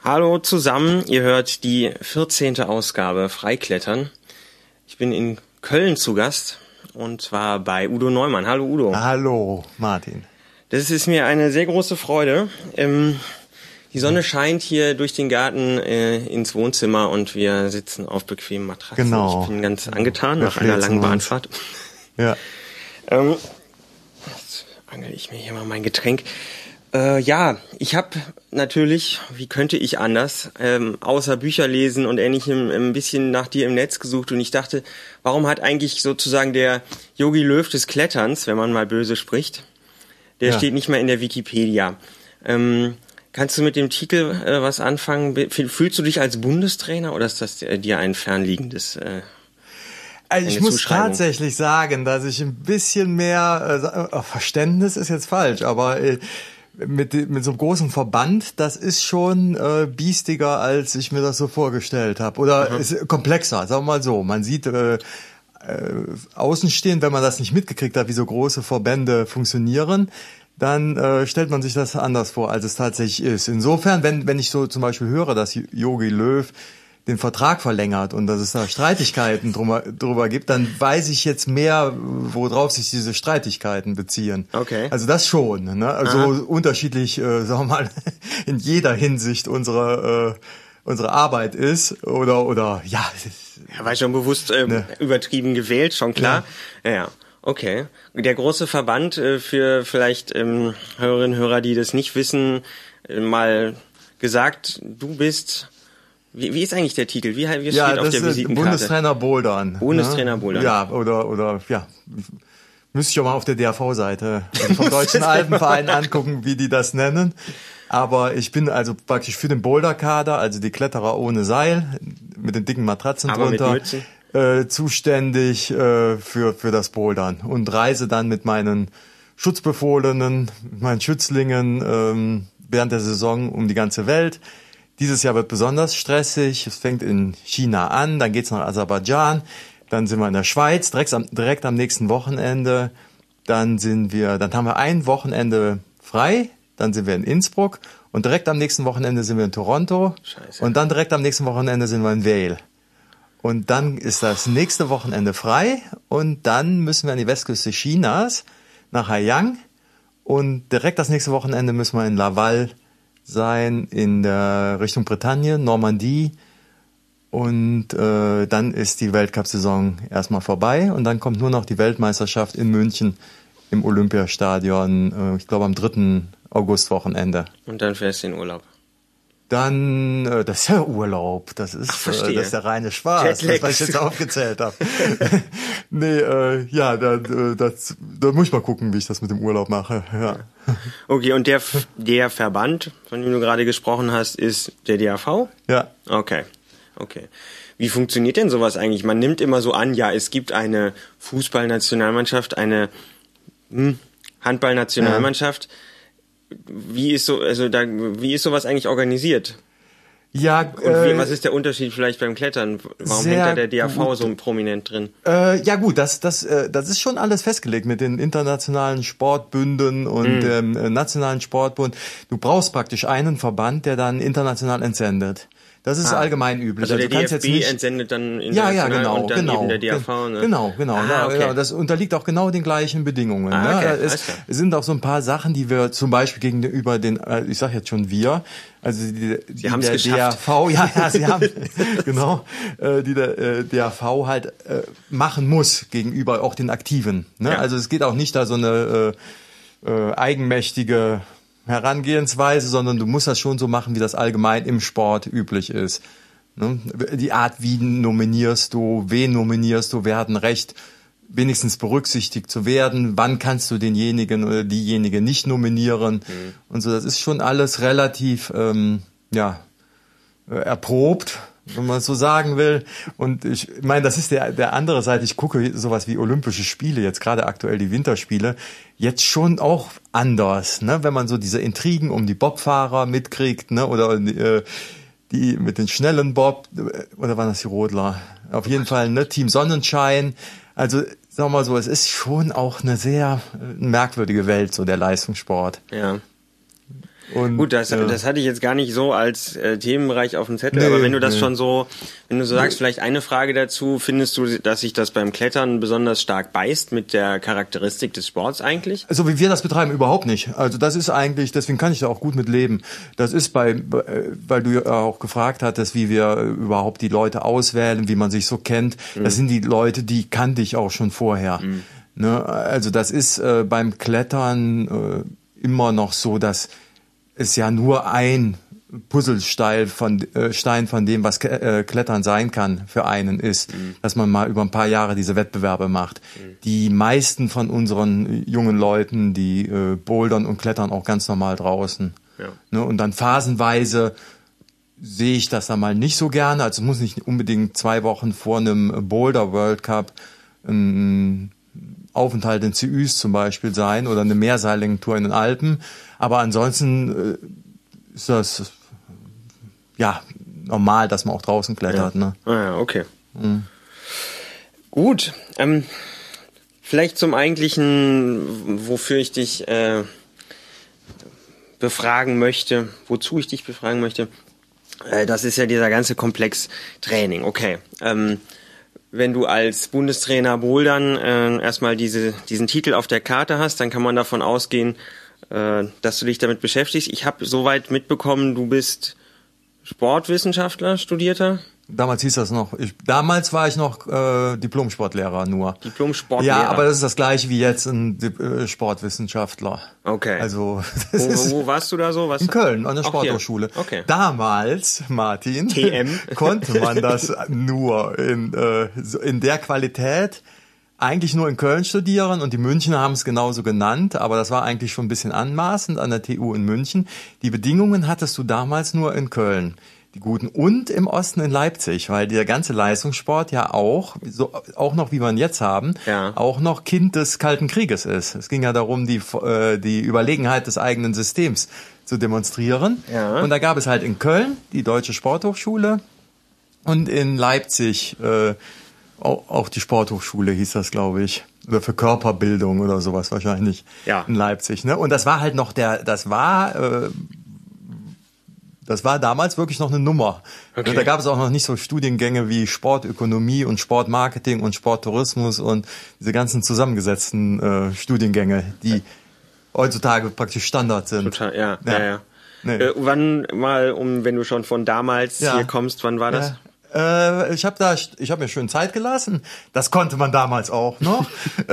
Hallo zusammen, ihr hört die 14. Ausgabe Freiklettern. Ich bin in Köln zu Gast und zwar bei Udo Neumann. Hallo Udo. Hallo Martin. Das ist mir eine sehr große Freude. Die Sonne scheint hier durch den Garten ins Wohnzimmer und wir sitzen auf bequemen Matratzen. Genau. Ich bin ganz angetan nach einer langen Bahnfahrt. Ja. Jetzt angel ich mir hier mal mein Getränk. Ja, ich habe natürlich, wie könnte ich anders, außer Bücher lesen und Ähnlichem ein bisschen nach dir im Netz gesucht und ich dachte, warum hat eigentlich sozusagen der Jogi Löw des Kletterns, wenn man mal böse spricht, der steht nicht mehr in der Wikipedia. Kannst du mit dem Titel was anfangen? Fühlst du dich als Bundestrainer oder ist das dir ein fernliegendes Also ich muss tatsächlich sagen, dass ich ein bisschen mehr, Verständnis ist jetzt falsch, aber mit so einem großen Verband, das ist schon biestiger, als ich mir das so vorgestellt habe. Oder ist komplexer, sagen wir mal so. Man sieht außenstehend, wenn man das nicht mitgekriegt hat, wie so große Verbände funktionieren, dann stellt man sich das anders vor, als es tatsächlich ist. Insofern, wenn ich so zum Beispiel höre, dass Jogi Löw den Vertrag verlängert und dass es da Streitigkeiten drüber gibt, dann weiß ich jetzt mehr, worauf sich diese Streitigkeiten beziehen. Okay. Also das schon, ne? Also unterschiedlich, sagen wir mal, in jeder Hinsicht unsere Arbeit ist oder ja. Ja, war schon bewusst übertrieben gewählt, schon klar. Ja. Okay. Der große Verband für vielleicht Hörerinnen und Hörer, die das nicht wissen, mal gesagt, du bist... Wie ist eigentlich der Titel? Wie steht auf der Visitenkarte? Bundestrainer Bouldern. Bundestrainer Bouldern. Ja, oder müsste ich auch mal auf der DRV-Seite vom Deutschen Alpenverein angucken, wie die das nennen. Aber ich bin also praktisch für den Boulderkader, also die Kletterer ohne Seil, mit den dicken Matratzen drunter, zuständig für das Bouldern und reise dann mit meinen Schutzbefohlenen, meinen Schützlingen während der Saison um die ganze Welt. Dieses Jahr wird besonders stressig. Es fängt in China an, dann geht's nach Aserbaidschan, dann sind wir in der Schweiz, direkt am nächsten Wochenende. Dann haben wir ein Wochenende frei, dann sind wir in Innsbruck und direkt am nächsten Wochenende sind wir in Toronto. Scheiße. Und dann direkt am nächsten Wochenende sind wir in Vail. Und dann ist das nächste Wochenende frei und dann müssen wir an die Westküste Chinas nach Haiyang und direkt das nächste Wochenende müssen wir in Laval sein in der Richtung Bretagne, Normandie und dann ist die Weltcup-Saison erstmal vorbei und dann kommt nur noch die Weltmeisterschaft in München im Olympiastadion, ich glaube am 3. August-Wochenende. Und dann fährst du in Urlaub? Dann, das ist ja Urlaub, das ist der reine Spaß, das, was ich jetzt aufgezählt habe. Nee, da muss ich mal gucken, wie ich das mit dem Urlaub mache, ja. Okay, und der Verband, von dem du gerade gesprochen hast, ist der DAV? Ja. Okay. Wie funktioniert denn sowas eigentlich? Man nimmt immer so an, ja, es gibt eine Fußballnationalmannschaft, eine Handballnationalmannschaft. Ja. Wie ist sowas eigentlich organisiert? Ja, und was ist der Unterschied vielleicht beim Klettern? Warum hängt da der DAV so prominent drin? Ja gut, das ist schon alles festgelegt mit den internationalen Sportbünden und dem nationalen Sportbund. Du brauchst praktisch einen Verband, der dann international entsendet. Das ist allgemein üblich. Also der DFB entsendet dann international und dann eben der DAV. Ne? Genau. Okay. Ja, das unterliegt auch genau den gleichen Bedingungen. Okay. Es sind auch so ein paar Sachen, die wir zum Beispiel gegenüber ich sag jetzt schon wir, also Sie haben es geschafft. DAV, sie haben genau, die der DAV halt machen muss gegenüber auch den Aktiven. Ne? Ja. Also es geht auch nicht da so eine eigenmächtige Herangehensweise, sondern du musst das schon so machen, wie das allgemein im Sport üblich ist. Die Art, wie nominierst du, wen nominierst du, wer hat ein Recht, wenigstens berücksichtigt zu werden, wann kannst du denjenigen oder diejenige nicht nominieren und so. Das ist schon alles relativ erprobt, wenn man es so sagen will. Und ich meine, das ist der andere Seite. Ich gucke sowas wie Olympische Spiele, jetzt gerade aktuell die Winterspiele, jetzt schon auch anders, ne? Wenn man so diese Intrigen um die Bobfahrer mitkriegt, ne? Oder die mit den schnellen Bob, oder waren das die Rodler? Auf jeden Fall, ne? Team Sonnenschein. Also, sagen wir mal so, es ist schon auch eine sehr merkwürdige Welt, so der Leistungssport. Ja. Und, gut, das hatte ich jetzt gar nicht so als Themenbereich auf dem Zettel, aber wenn du das schon so, wenn du so sagst, vielleicht eine Frage dazu, findest du, dass sich das beim Klettern besonders stark beißt mit der Charakteristik des Sports eigentlich? Also wie wir das betreiben, überhaupt nicht. Also das ist eigentlich, deswegen kann ich da auch gut mit leben. Das ist weil du ja auch gefragt hattest, wie wir überhaupt die Leute auswählen, wie man sich so kennt. Das sind die Leute, die kannte ich auch schon vorher. Ne? Also das ist beim Klettern immer noch so, dass es ja nur ein Puzzlestein von dem, was Klettern sein kann, für einen ist, dass man mal über ein paar Jahre diese Wettbewerbe macht. Die meisten von unseren jungen Leuten, die bouldern und klettern auch ganz normal draußen. Ja. Ne? Und dann phasenweise sehe ich das dann mal nicht so gerne. Also es muss nicht unbedingt 2 Wochen vor einem Boulder World Cup ein Aufenthalt in Ciüst zum Beispiel sein oder eine Mehrseiligen-Tour in den Alpen. Aber ansonsten ist das ja normal, dass man auch draußen klettert. Ja. Ne? Ah ja, okay. Gut. Vielleicht zum eigentlichen, wofür ich dich befragen möchte, wozu ich dich befragen möchte. Das ist ja dieser ganze Komplex Training. Okay. Wenn du als Bundestrainer Bouldern erstmal diesen Titel auf der Karte hast, dann kann man davon ausgehen, dass du dich damit beschäftigst. Ich habe soweit mitbekommen, du bist Sportwissenschaftler, Studierter? Damals hieß das noch. Damals war ich noch Diplom-Sportlehrer nur. Diplom-Sportlehrer? Ja, aber das ist das gleiche wie jetzt ein Sportwissenschaftler. Okay. Also wo warst du da so? In Köln, an der Sporthochschule. Okay. Damals, Martin, konnte man das nur in der Qualität eigentlich nur in Köln studieren und die Münchner haben es genauso genannt, aber das war eigentlich schon ein bisschen anmaßend an der TU in München. Die Bedingungen hattest du damals nur in Köln, die guten, und im Osten in Leipzig, weil der ganze Leistungssport ja auch noch, wie wir ihn jetzt haben, auch noch Kind des Kalten Krieges ist. Es ging ja darum, die Überlegenheit des eigenen Systems zu demonstrieren. Ja. Und da gab es halt in Köln die Deutsche Sporthochschule und in Leipzig auch die Sporthochschule hieß das, glaube ich. Oder für Körperbildung oder sowas wahrscheinlich. Ja. In Leipzig, ne? Und das war halt noch das war damals wirklich noch eine Nummer. Okay. Da gab es auch noch nicht so Studiengänge wie Sportökonomie und Sportmarketing und Sporttourismus und diese ganzen zusammengesetzten Studiengänge, die heutzutage praktisch Standard sind. Total, ja. Nee. Wann mal, wenn du schon von damals hier kommst, wann war das? Ja. Ich habe mir schön Zeit gelassen. Das konnte man damals auch noch.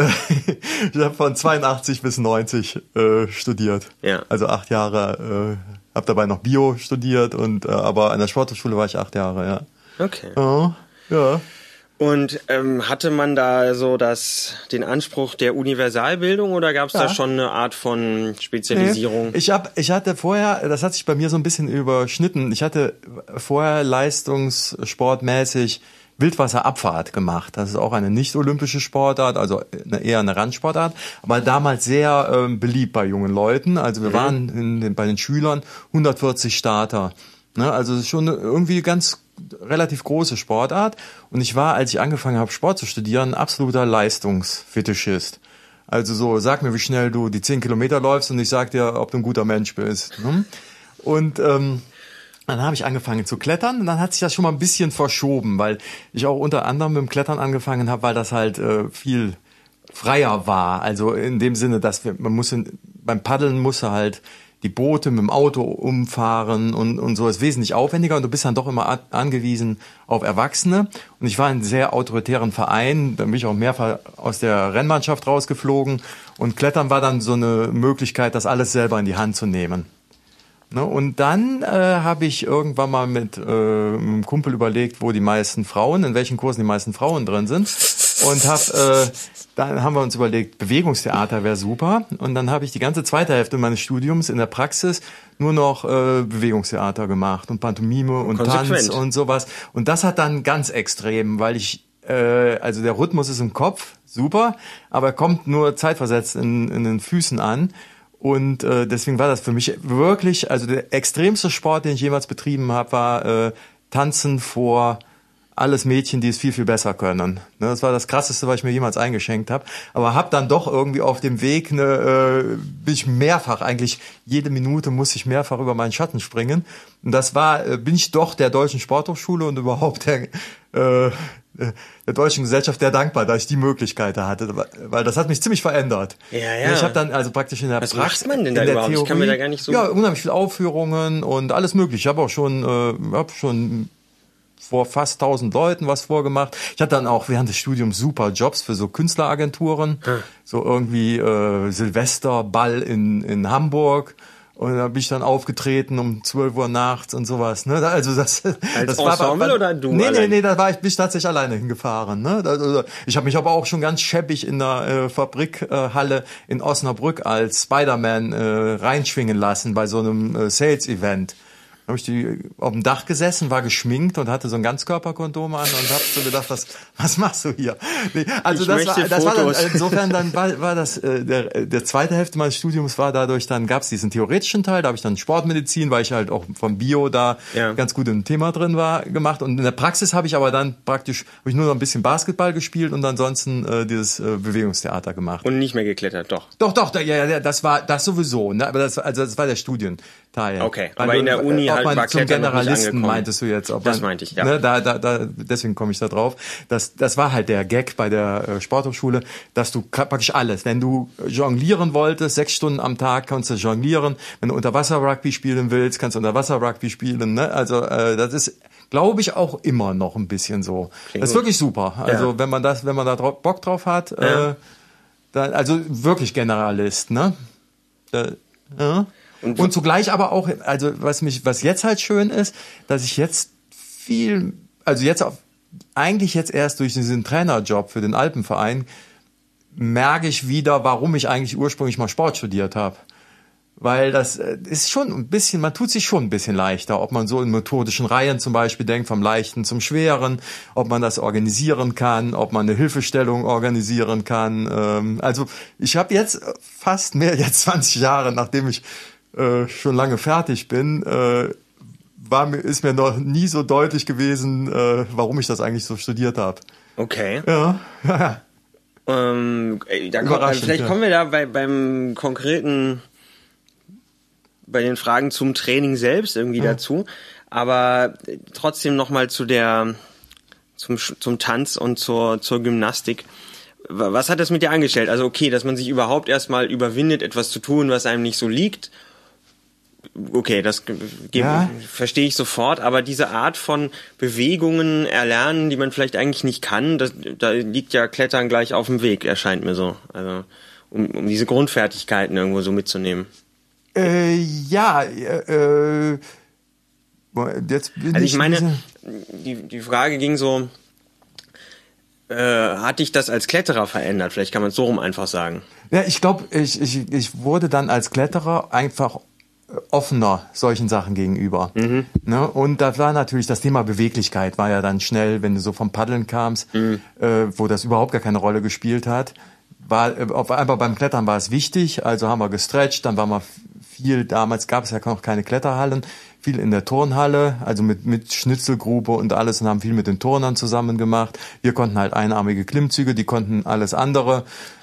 Ich habe von 82 bis 90 studiert. Ja. Also 8 Jahre. Habe dabei noch Bio studiert aber an der Sporthochschule war ich 8 Jahre. Ja. Okay. Ja. Und hatte man da so den Anspruch der Universalbildung oder gab es da schon eine Art von Spezialisierung? Nee. Ich hatte vorher, das hat sich bei mir so ein bisschen überschnitten, ich hatte vorher leistungssportmäßig Wildwasserabfahrt gemacht. Das ist auch eine nicht-olympische Sportart, also eher eine Randsportart, aber damals sehr beliebt bei jungen Leuten. Also wir waren bei den Schülern 140 Starter. Ne? Also es ist schon irgendwie relativ große Sportart. Und ich war, als ich angefangen habe, Sport zu studieren, ein absoluter Leistungsfetischist. Also so, sag mir, wie schnell du die 10 Kilometer läufst und ich sag dir, ob du ein guter Mensch bist. Ne? Und dann habe ich angefangen zu klettern und dann hat sich das schon mal ein bisschen verschoben, weil ich auch unter anderem mit dem Klettern angefangen habe, weil das halt viel freier war. Also in dem Sinne, dass beim Paddeln musste halt die Boote mit dem Auto umfahren und so ist wesentlich aufwendiger und du bist dann doch immer angewiesen auf Erwachsene. Und ich war in einem sehr autoritären Verein, da bin ich auch mehrfach aus der Rennmannschaft rausgeflogen und Klettern war dann so eine Möglichkeit, das alles selber in die Hand zu nehmen. Ne? Und dann habe ich irgendwann mal mit einem Kumpel überlegt, in welchen Kursen die meisten Frauen drin sind und dann haben wir uns überlegt, Bewegungstheater wäre super. Und dann habe ich die ganze zweite Hälfte meines Studiums in der Praxis nur noch Bewegungstheater gemacht und Pantomime und Tanz und sowas. Und das hat dann ganz extrem, weil also der Rhythmus ist im Kopf, super, aber er kommt nur zeitversetzt in den Füßen an. Und deswegen war das für mich wirklich, also der extremste Sport, den ich jemals betrieben habe, war Tanzen vor alles Mädchen, die es viel, viel besser können. Ne, das war das Krasseste, was ich mir jemals eingeschenkt habe. Aber habe dann doch irgendwie auf dem Weg, bin ich mehrfach, eigentlich jede Minute muss ich mehrfach über meinen Schatten springen. Und das bin ich doch der Deutschen Sporthochschule und überhaupt der Deutschen Gesellschaft sehr dankbar, dass ich die Möglichkeit da hatte, weil das hat mich ziemlich verändert. Ja. Ich habe dann also praktisch in der Was Praxis, macht man denn da überhaupt? Theorie, ich kann mir da gar nicht so... Ja, unheimlich viele Aufführungen und alles mögliche. Ich habe auch schon vor fast 1000 Leuten was vorgemacht. Ich hatte dann auch während des Studiums super Jobs für so Künstleragenturen, so irgendwie Silvesterball in Hamburg. Und da bin ich dann aufgetreten um 12 Uhr nachts und sowas. Ne? Also das Ensemble oder du? Nee, da bin ich tatsächlich alleine hingefahren. Ne? Also ich habe mich aber auch schon ganz schäbig in der Fabrikhalle in Osnabrück als Spider-Man reinschwingen lassen bei so einem Sales-Event. Da habe ich auf dem Dach gesessen, war geschminkt und hatte so ein Ganzkörperkondom an und habe so gedacht, was machst du hier? Nee, also das war dann, insofern dann war das der zweite Hälfte meines Studiums war dadurch, dann gab es diesen theoretischen Teil, da habe ich dann Sportmedizin, weil ich halt auch vom Bio da ganz gut im Thema drin war, gemacht, und in der Praxis habe ich aber dann praktisch nur noch ein bisschen Basketball gespielt und ansonsten dieses Bewegungstheater gemacht. Und nicht mehr geklettert, doch. Doch, ja, das war das sowieso, ne? Aber das war der Studienteil. Okay, aber in der Uni ob man zum Generalisten meintest du jetzt, das meinte ich, ja. Ne, deswegen komme ich da drauf. Das war halt der Gag bei der Sporthochschule, dass du praktisch alles, wenn du jonglieren wolltest, 6 Stunden am Tag kannst du jonglieren, wenn du Unterwasser-Rugby spielen willst, kannst du Unterwasser-Rugby spielen, ne? Also das ist, glaube ich, auch immer noch ein bisschen so. Klingt das ist gut. Wirklich super. Also wenn man da Bock drauf hat, also wirklich Generalist, ne? Und zugleich aber auch, also was jetzt halt schön ist, dass ich jetzt eigentlich erst durch diesen Trainerjob für den Alpenverein merke ich wieder, warum ich eigentlich ursprünglich mal Sport studiert habe. Weil das ist schon ein bisschen, man tut sich schon ein bisschen leichter, ob man so in methodischen Reihen zum Beispiel denkt, vom Leichten zum Schweren, ob man das organisieren kann, ob man eine Hilfestellung organisieren kann. Also ich habe jetzt fast jetzt 20 Jahre, nachdem ich schon lange fertig bin, ist mir noch nie so deutlich gewesen, warum ich das eigentlich so studiert habe. Okay. Ja. Vielleicht kommen wir da beim konkreten, bei den Fragen zum Training selbst irgendwie dazu, aber trotzdem nochmal zum Tanz und zur Gymnastik. Was hat das mit dir angestellt? Also okay, dass man sich überhaupt erstmal überwindet, etwas zu tun, was einem nicht so liegt. Okay, das verstehe ich sofort, aber diese Art von Bewegungen erlernen, die man vielleicht eigentlich nicht kann, da liegt ja Klettern gleich auf dem Weg, erscheint mir so. Also um diese Grundfertigkeiten irgendwo so mitzunehmen. Jetzt bin also ich meine, die Frage ging so, hat dich das als Kletterer verändert? Vielleicht kann man es so rum einfach sagen. Ja, ich glaube, ich wurde dann als Kletterer einfach offener solchen Sachen gegenüber. Mhm. Ne? Und da war natürlich das Thema Beweglichkeit, war ja dann schnell, wenn du so vom Paddeln kamst, wo das überhaupt gar keine Rolle gespielt hat. Auf einmal beim Klettern war es wichtig, also haben wir gestretcht, dann waren wir viel, damals gab es ja noch keine Kletterhallen, viel in der Turnhalle, also mit Schnitzelgrube und alles, und haben viel mit den Turnern zusammen gemacht. Wir konnten halt einarmige Klimmzüge, die konnten alles andere.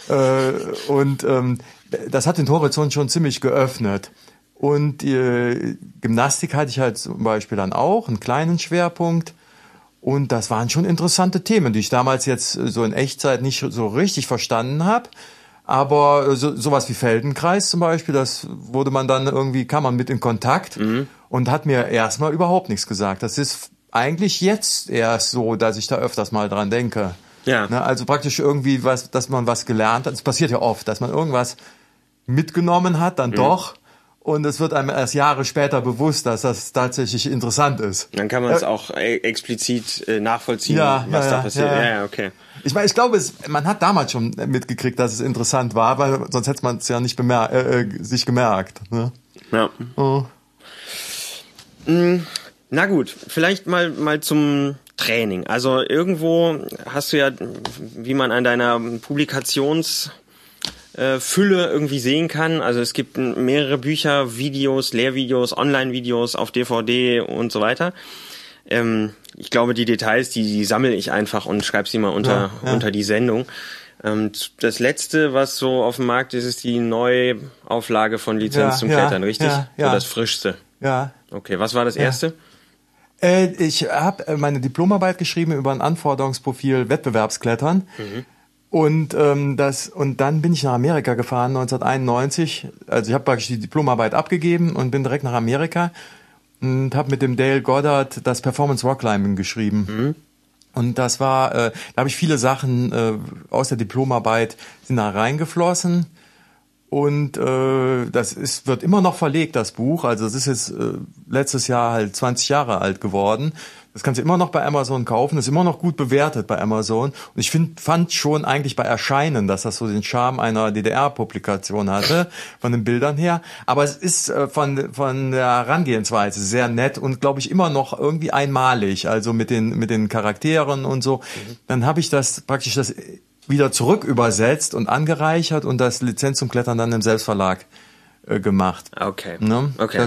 Das hat den Horizont schon ziemlich geöffnet. Und Gymnastik hatte ich halt zum Beispiel dann auch, einen kleinen Schwerpunkt. Und das waren schon interessante Themen, die ich damals jetzt so in Echtzeit nicht so richtig verstanden habe. Aber sowas wie Feldenkreis zum Beispiel, das kam man mit in Kontakt und hat mir erstmal überhaupt nichts gesagt. Das ist eigentlich jetzt erst so, dass ich da öfters mal dran denke. Ja. Ne, also praktisch irgendwie dass man was gelernt hat. Es passiert ja oft, dass man irgendwas mitgenommen hat, dann doch. Und es wird einem erst Jahre später bewusst, dass das tatsächlich interessant ist. Dann kann man es auch explizit nachvollziehen, was da passiert. Ja, okay. Ich meine, ich glaube, man hat damals schon mitgekriegt, dass es interessant war, weil sonst hätte man es ja nicht sich gemerkt. Ne? Ja. Oh. Na gut, vielleicht mal zum Training. Also irgendwo hast du ja, wie man an deiner Publikationsfülle irgendwie sehen kann. Also es gibt mehrere Bücher, Videos, Lehrvideos, Online-Videos auf DVD und so weiter. Ich glaube, die Details, die sammle ich einfach und schreibe sie mal unter die Sendung. Das letzte, was so auf dem Markt ist, ist die Neuauflage von Lizenz zum Klettern, richtig? Ja. So das Frischste. Ja. Okay, was war das erste? Ich habe meine Diplomarbeit geschrieben über ein Anforderungsprofil Wettbewerbsklettern. Und dann bin ich nach Amerika gefahren 1991. Also ich habe praktisch die Diplomarbeit abgegeben und bin direkt nach Amerika und habe mit dem Dale Goddard das Performance Rock Climbing geschrieben. Und das war, da habe ich viele Sachen aus der Diplomarbeit sind da reingeflossen. Und wird immer noch verlegt, das Buch. Also es ist jetzt letztes Jahr halt 20 Jahre alt geworden. Das kannst du immer noch bei Amazon kaufen. Das ist immer noch gut bewertet bei Amazon. Und ich fand schon eigentlich bei Erscheinen, dass das so den Charme einer DDR-Publikation hatte, von den Bildern her. Aber es ist von der Herangehensweise sehr nett und, glaube ich, immer noch irgendwie einmalig. Also mit den Charakteren und so. Dann habe ich das wieder zurück übersetzt und angereichert und das Lizenz zum Klettern dann im Selbstverlag gemacht. Okay. Ne? Okay.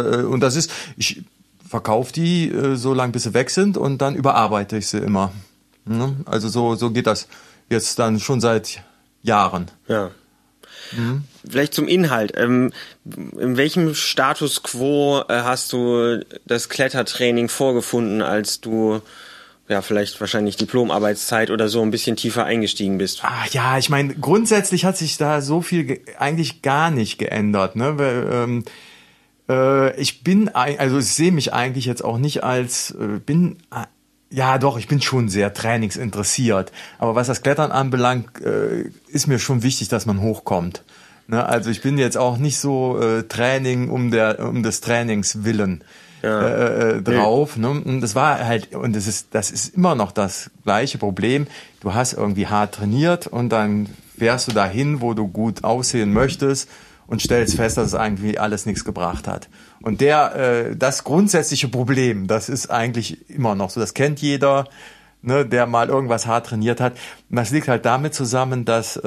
Ich verkaufe die so lange, bis sie weg sind und dann überarbeite ich sie immer. Ne? Also so geht das jetzt dann schon seit Jahren. Ja. Vielleicht zum Inhalt. In welchem Status quo hast du das Klettertraining vorgefunden, als du vielleicht wahrscheinlich Diplomarbeitszeit oder so ein bisschen tiefer eingestiegen bist? Ja, ich meine, grundsätzlich hat sich da so viel eigentlich gar nicht geändert. Ne? Weil, ich sehe mich eigentlich jetzt auch nicht als, ich bin schon sehr trainingsinteressiert. Aber was das Klettern anbelangt, ist mir schon wichtig, dass man hochkommt. Ne? Also ich bin jetzt auch nicht so Training um des Trainings willen. Drauf. Ne? Und das war halt, und das ist immer noch das gleiche Problem. Du hast irgendwie hart trainiert und dann fährst du dahin, wo du gut aussehen möchtest und stellst fest, dass es eigentlich alles nichts gebracht hat. Und das grundsätzliche Problem, das ist eigentlich immer noch so. Das kennt jeder, ne, der mal irgendwas hart trainiert hat. Und das liegt halt damit zusammen, dass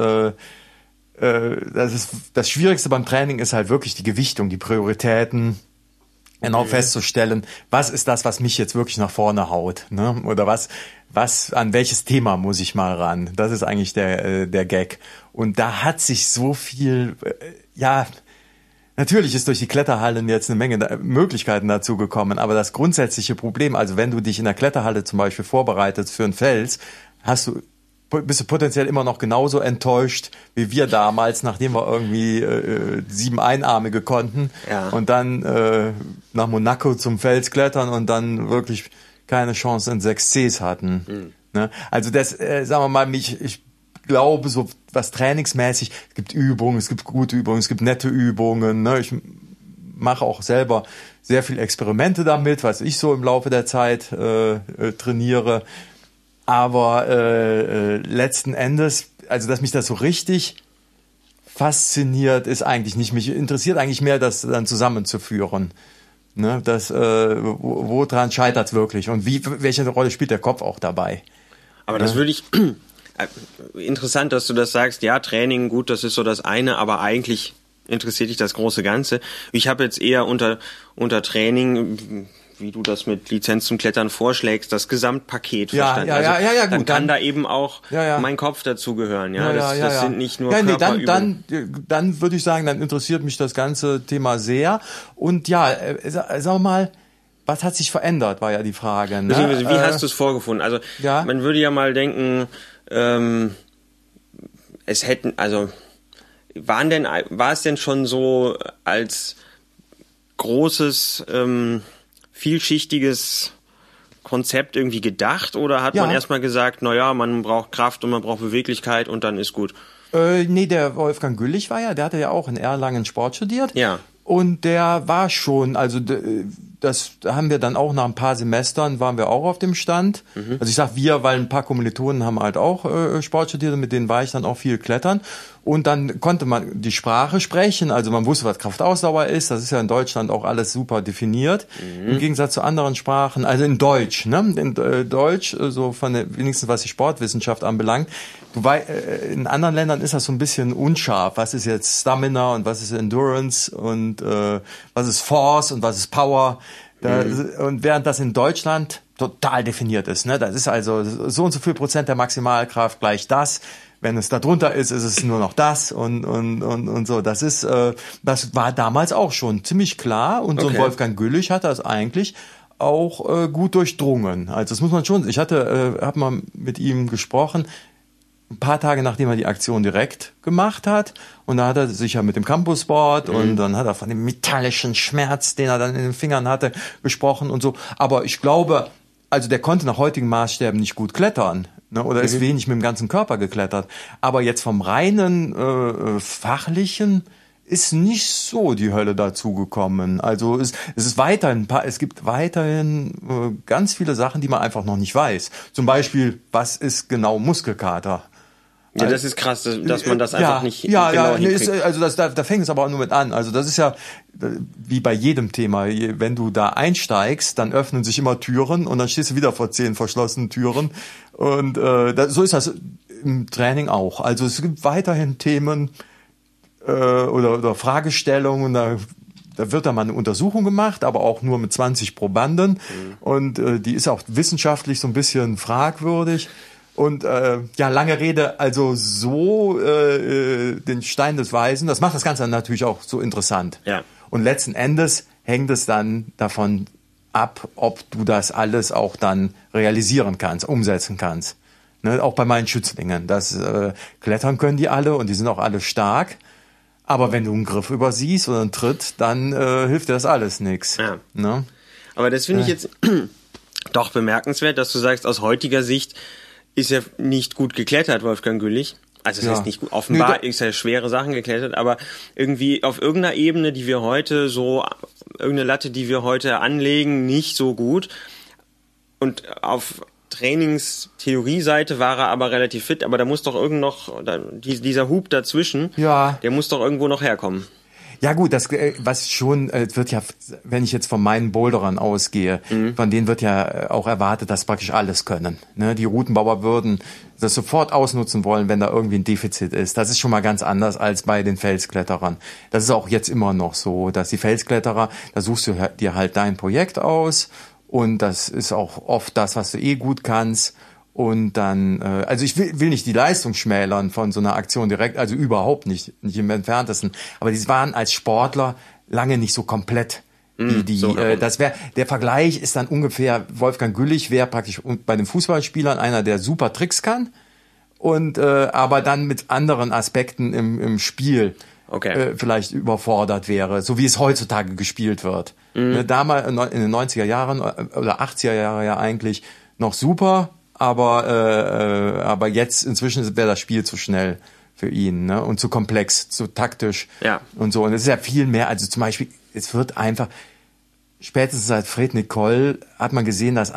das Schwierigste beim Training ist halt wirklich die Gewichtung, die Prioritäten. Genau festzustellen, was ist das, was mich jetzt wirklich nach vorne haut, ne? Oder an welches Thema muss ich mal ran? Das ist eigentlich der Gag. Und da hat sich so viel, natürlich ist durch die Kletterhallen jetzt eine Menge Möglichkeiten dazu gekommen, aber das grundsätzliche Problem, also wenn du dich in der Kletterhalle zum Beispiel vorbereitest für einen Fels, bist du potenziell immer noch genauso enttäuscht wie wir damals, nachdem wir irgendwie 7 Einarmige konnten und dann nach Monaco zum Fels klettern und dann wirklich keine Chance in 6 Cs hatten. Ne? Also das, sagen wir mal, ich glaube, so was trainingsmäßig, es gibt Übungen, es gibt gute Übungen, es gibt nette Übungen. Ne? Ich mache auch selber sehr viel Experimente damit, was ich so im Laufe der Zeit trainiere. Aber letzten Endes, also dass mich das so richtig fasziniert, ist eigentlich nicht. Mich interessiert eigentlich mehr, das dann zusammenzuführen. Ne? Woran scheitert es wirklich? Und welche Rolle spielt der Kopf auch dabei? Aber das würde ich... Interessant, dass du das sagst. Ja, Training, gut, das ist so das eine, aber eigentlich interessiert dich das große Ganze. Ich habe jetzt eher unter Training, wie du das mit Lizenz zum Klettern vorschlägst, das Gesamtpaket verstanden. Ja, gut. Dann kann da eben auch mein Kopf dazugehören. Das sind nicht nur Körperübungen. Dann würde ich sagen, dann interessiert mich das ganze Thema sehr. Und sagen wir mal, was hat sich verändert, war ja die Frage. Ne? Wie hast du es vorgefunden? Also man würde ja mal denken, war es denn schon so als großes, vielschichtiges Konzept irgendwie gedacht oder hat man erstmal gesagt, man braucht Kraft und man braucht Beweglichkeit und dann ist gut? Der Wolfgang Güllich der hatte ja auch in Erlangen Sport studiert. Ja. Und der war schon, also das haben wir dann auch nach ein paar Semestern, waren wir auch auf dem Stand. Also ich sag wir, weil ein paar Kommilitonen haben halt auch Sport studiert und mit denen war ich dann auch viel klettern. Und dann konnte man die Sprache sprechen, also man wusste, was Kraftausdauer ist. Das ist ja in Deutschland auch alles super definiert. Im Gegensatz zu anderen Sprachen, also in Deutsch, ne? In Deutsch, so wenigstens was die Sportwissenschaft anbelangt. In anderen Ländern ist das so ein bisschen unscharf. Was ist jetzt Stamina und was ist Endurance und was ist Force und was ist Power? Und während das in Deutschland total definiert ist. Ne? Das ist also so und so viel Prozent der Maximalkraft gleich das. Wenn es da drunter ist, ist es nur noch das und so. Das war damals auch schon ziemlich klar. Und so ein Wolfgang Güllich hat das eigentlich auch gut durchdrungen. Also das muss man schon. Ich habe mal mit ihm gesprochen, ein paar Tage nachdem er die Aktion direkt gemacht hat. Und da hat er sich ja mit dem Campusboard und dann hat er von dem metallischen Schmerz, den er dann in den Fingern hatte, gesprochen und so. Aber ich glaube, also der konnte nach heutigen Maßstäben nicht gut klettern, ne? Oder ist wenig mit dem ganzen Körper geklettert. Aber jetzt vom reinen fachlichen ist nicht so die Hölle dazugekommen. Also es gibt weiterhin ganz viele Sachen, die man einfach noch nicht weiß. Zum Beispiel, was ist genau Muskelkater? Ja, das ist krass, dass man das einfach nicht genau hinkriegt. Da fängt es aber auch nur mit an. Also das ist ja wie bei jedem Thema. Wenn du da einsteigst, dann öffnen sich immer Türen und dann stehst du wieder vor 10 verschlossenen Türen. Und so ist das im Training auch. Also es gibt weiterhin Themen oder Fragestellungen. Da wird dann mal eine Untersuchung gemacht, aber auch nur mit 20 Probanden. Und die ist auch wissenschaftlich so ein bisschen fragwürdig. Und lange Rede, also so den Stein des Weisen, das macht das Ganze dann natürlich auch so interessant. Ja. Und letzten Endes hängt es dann davon ab, ob du das alles auch dann realisieren kannst, umsetzen kannst. Ne? Auch bei meinen Schützlingen. Das klettern können die alle und die sind auch alle stark. Aber wenn du einen Griff übersiehst oder einen Tritt, dann hilft dir das alles nichts. Ja. Ne? Aber das finde ich jetzt doch bemerkenswert, dass du sagst, aus heutiger Sicht ist er nicht gut geklettert, Wolfgang Güllich. Also das heißt nicht gut, offenbar ist er schwere Sachen geklettert, aber irgendwie auf irgendeiner Ebene, irgendeine Latte, die wir heute anlegen, nicht so gut. Und auf Trainingstheorie-Seite war er aber relativ fit, aber da muss doch dieser Hub dazwischen, der muss doch irgendwo noch herkommen. Ja gut, das was schon wird ja, wenn ich jetzt von meinen Boulderern ausgehe, von denen wird ja auch erwartet, dass praktisch alles können. Ne? Die Routenbauer würden das sofort ausnutzen wollen, wenn da irgendwie ein Defizit ist. Das ist schon mal ganz anders als bei den Felskletterern. Das ist auch jetzt immer noch so, dass die Felskletterer, da suchst du dir halt dein Projekt aus und das ist auch oft das, was du gut kannst. Und dann, also ich will nicht die Leistung schmälern von so einer Aktion direkt, also überhaupt nicht im Entferntesten. Aber die waren als Sportler lange nicht so komplett. Der Vergleich ist dann ungefähr, Wolfgang Güllich wäre praktisch bei den Fußballspielern einer, der super Tricks kann und aber dann mit anderen Aspekten im Spiel vielleicht überfordert wäre, so wie es heutzutage gespielt wird. Damals in den 90er Jahren oder 80er Jahre ja eigentlich noch super. Aber jetzt inzwischen wäre das Spiel zu schnell für ihn, ne? Und zu komplex, zu taktisch und so. Und es ist ja viel mehr, also zum Beispiel, es wird einfach, spätestens seit Fred Nicol hat man gesehen, dass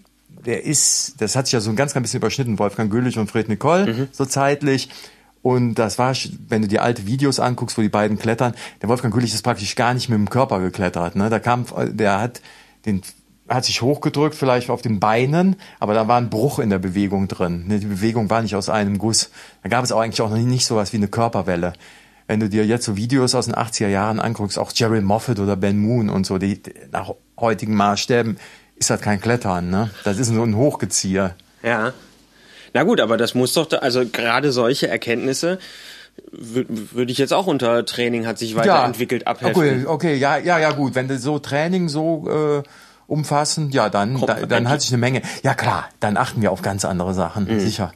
das hat sich ja so ein ganz bisschen überschnitten, Wolfgang Güllich und Fred Nicol, so zeitlich. Und das war, wenn du dir alte Videos anguckst, wo die beiden klettern, der Wolfgang Güllich ist praktisch gar nicht mit dem Körper geklettert, ne? Der hat sich hochgedrückt, vielleicht auf den Beinen, aber da war ein Bruch in der Bewegung drin. Die Bewegung war nicht aus einem Guss. Da gab es auch eigentlich auch noch nicht sowas wie eine Körperwelle. Wenn du dir jetzt so Videos aus den 80er Jahren anguckst, auch Jerry Moffat oder Ben Moon und so, die nach heutigen Maßstäben ist das kein Klettern, ne? Das ist so ein Hochgezieher. Ja. Na gut, aber das muss doch, also gerade solche Erkenntnisse würde ich jetzt auch unter Training hat sich weiterentwickelt abhelfen. Okay, ja, gut. Wenn du so Training so umfassen, ja, dann hat sich eine Menge. Ja klar, dann achten wir auf ganz andere Sachen. Sicher.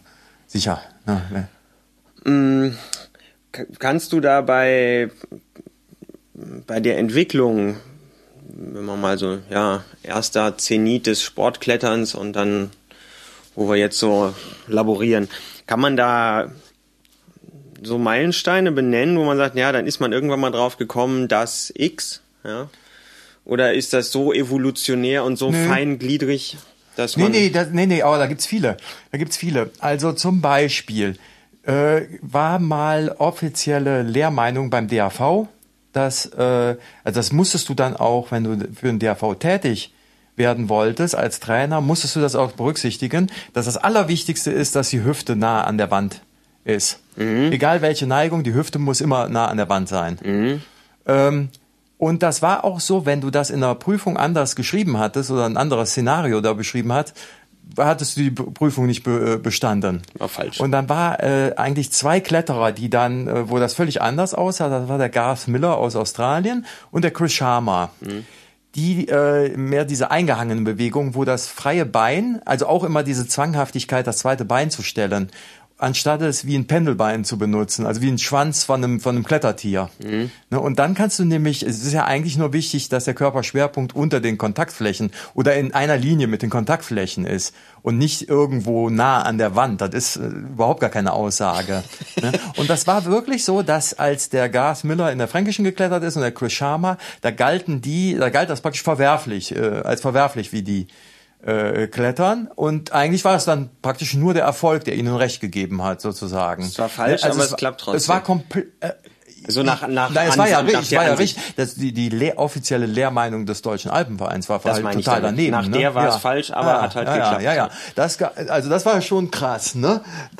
Ne. Kannst du da bei der Entwicklung, wenn man mal so, erster Zenit des Sportkletterns und dann, wo wir jetzt so laborieren, kann man da so Meilensteine benennen, wo man sagt, ja, dann ist man irgendwann mal drauf gekommen, dass X, ja? Oder ist das so evolutionär und so feingliedrig, dass man... Nee, aber da gibt's viele. Also zum Beispiel war mal offizielle Lehrmeinung beim DAV, dass also das musstest du dann auch, wenn du für den DAV tätig werden wolltest als Trainer, musstest du das auch berücksichtigen, dass das Allerwichtigste ist, dass die Hüfte nah an der Wand ist. Egal welche Neigung, die Hüfte muss immer nah an der Wand sein. Und das war auch so, wenn du das in der Prüfung anders geschrieben hattest oder ein anderes Szenario da beschrieben hattest du die Prüfung nicht bestanden. War falsch. Und dann war eigentlich 2 Kletterer, die dann, wo das völlig anders aussah, das war der Garth Miller aus Australien und der Chris Sharma. Die mehr diese eingehangenen Bewegungen, wo das freie Bein, also auch immer diese Zwanghaftigkeit, das zweite Bein zu stellen, anstatt es wie ein Pendelbein zu benutzen, also wie ein Schwanz von einem Klettertier. Ne, und dann kannst du nämlich, es ist ja eigentlich nur wichtig, dass der Körperschwerpunkt unter den Kontaktflächen oder in einer Linie mit den Kontaktflächen ist und nicht irgendwo nah an der Wand. Das ist überhaupt gar keine Aussage. Ne? Und das war wirklich so, dass als der Garth Miller in der Fränkischen geklettert ist und der Chris Sharma, da galt das praktisch als verwerflich wie die klettern, und eigentlich war es dann praktisch nur der Erfolg, der ihnen recht gegeben hat, sozusagen. Es war falsch, also aber es klappt trotzdem. Es war komplett... So nach es war ja richtig. Die offizielle Lehrmeinung des Deutschen Alpenvereins war halt total daneben. Nach der war es falsch, aber hat halt geklappt. Ja. Das war schon krass, ne?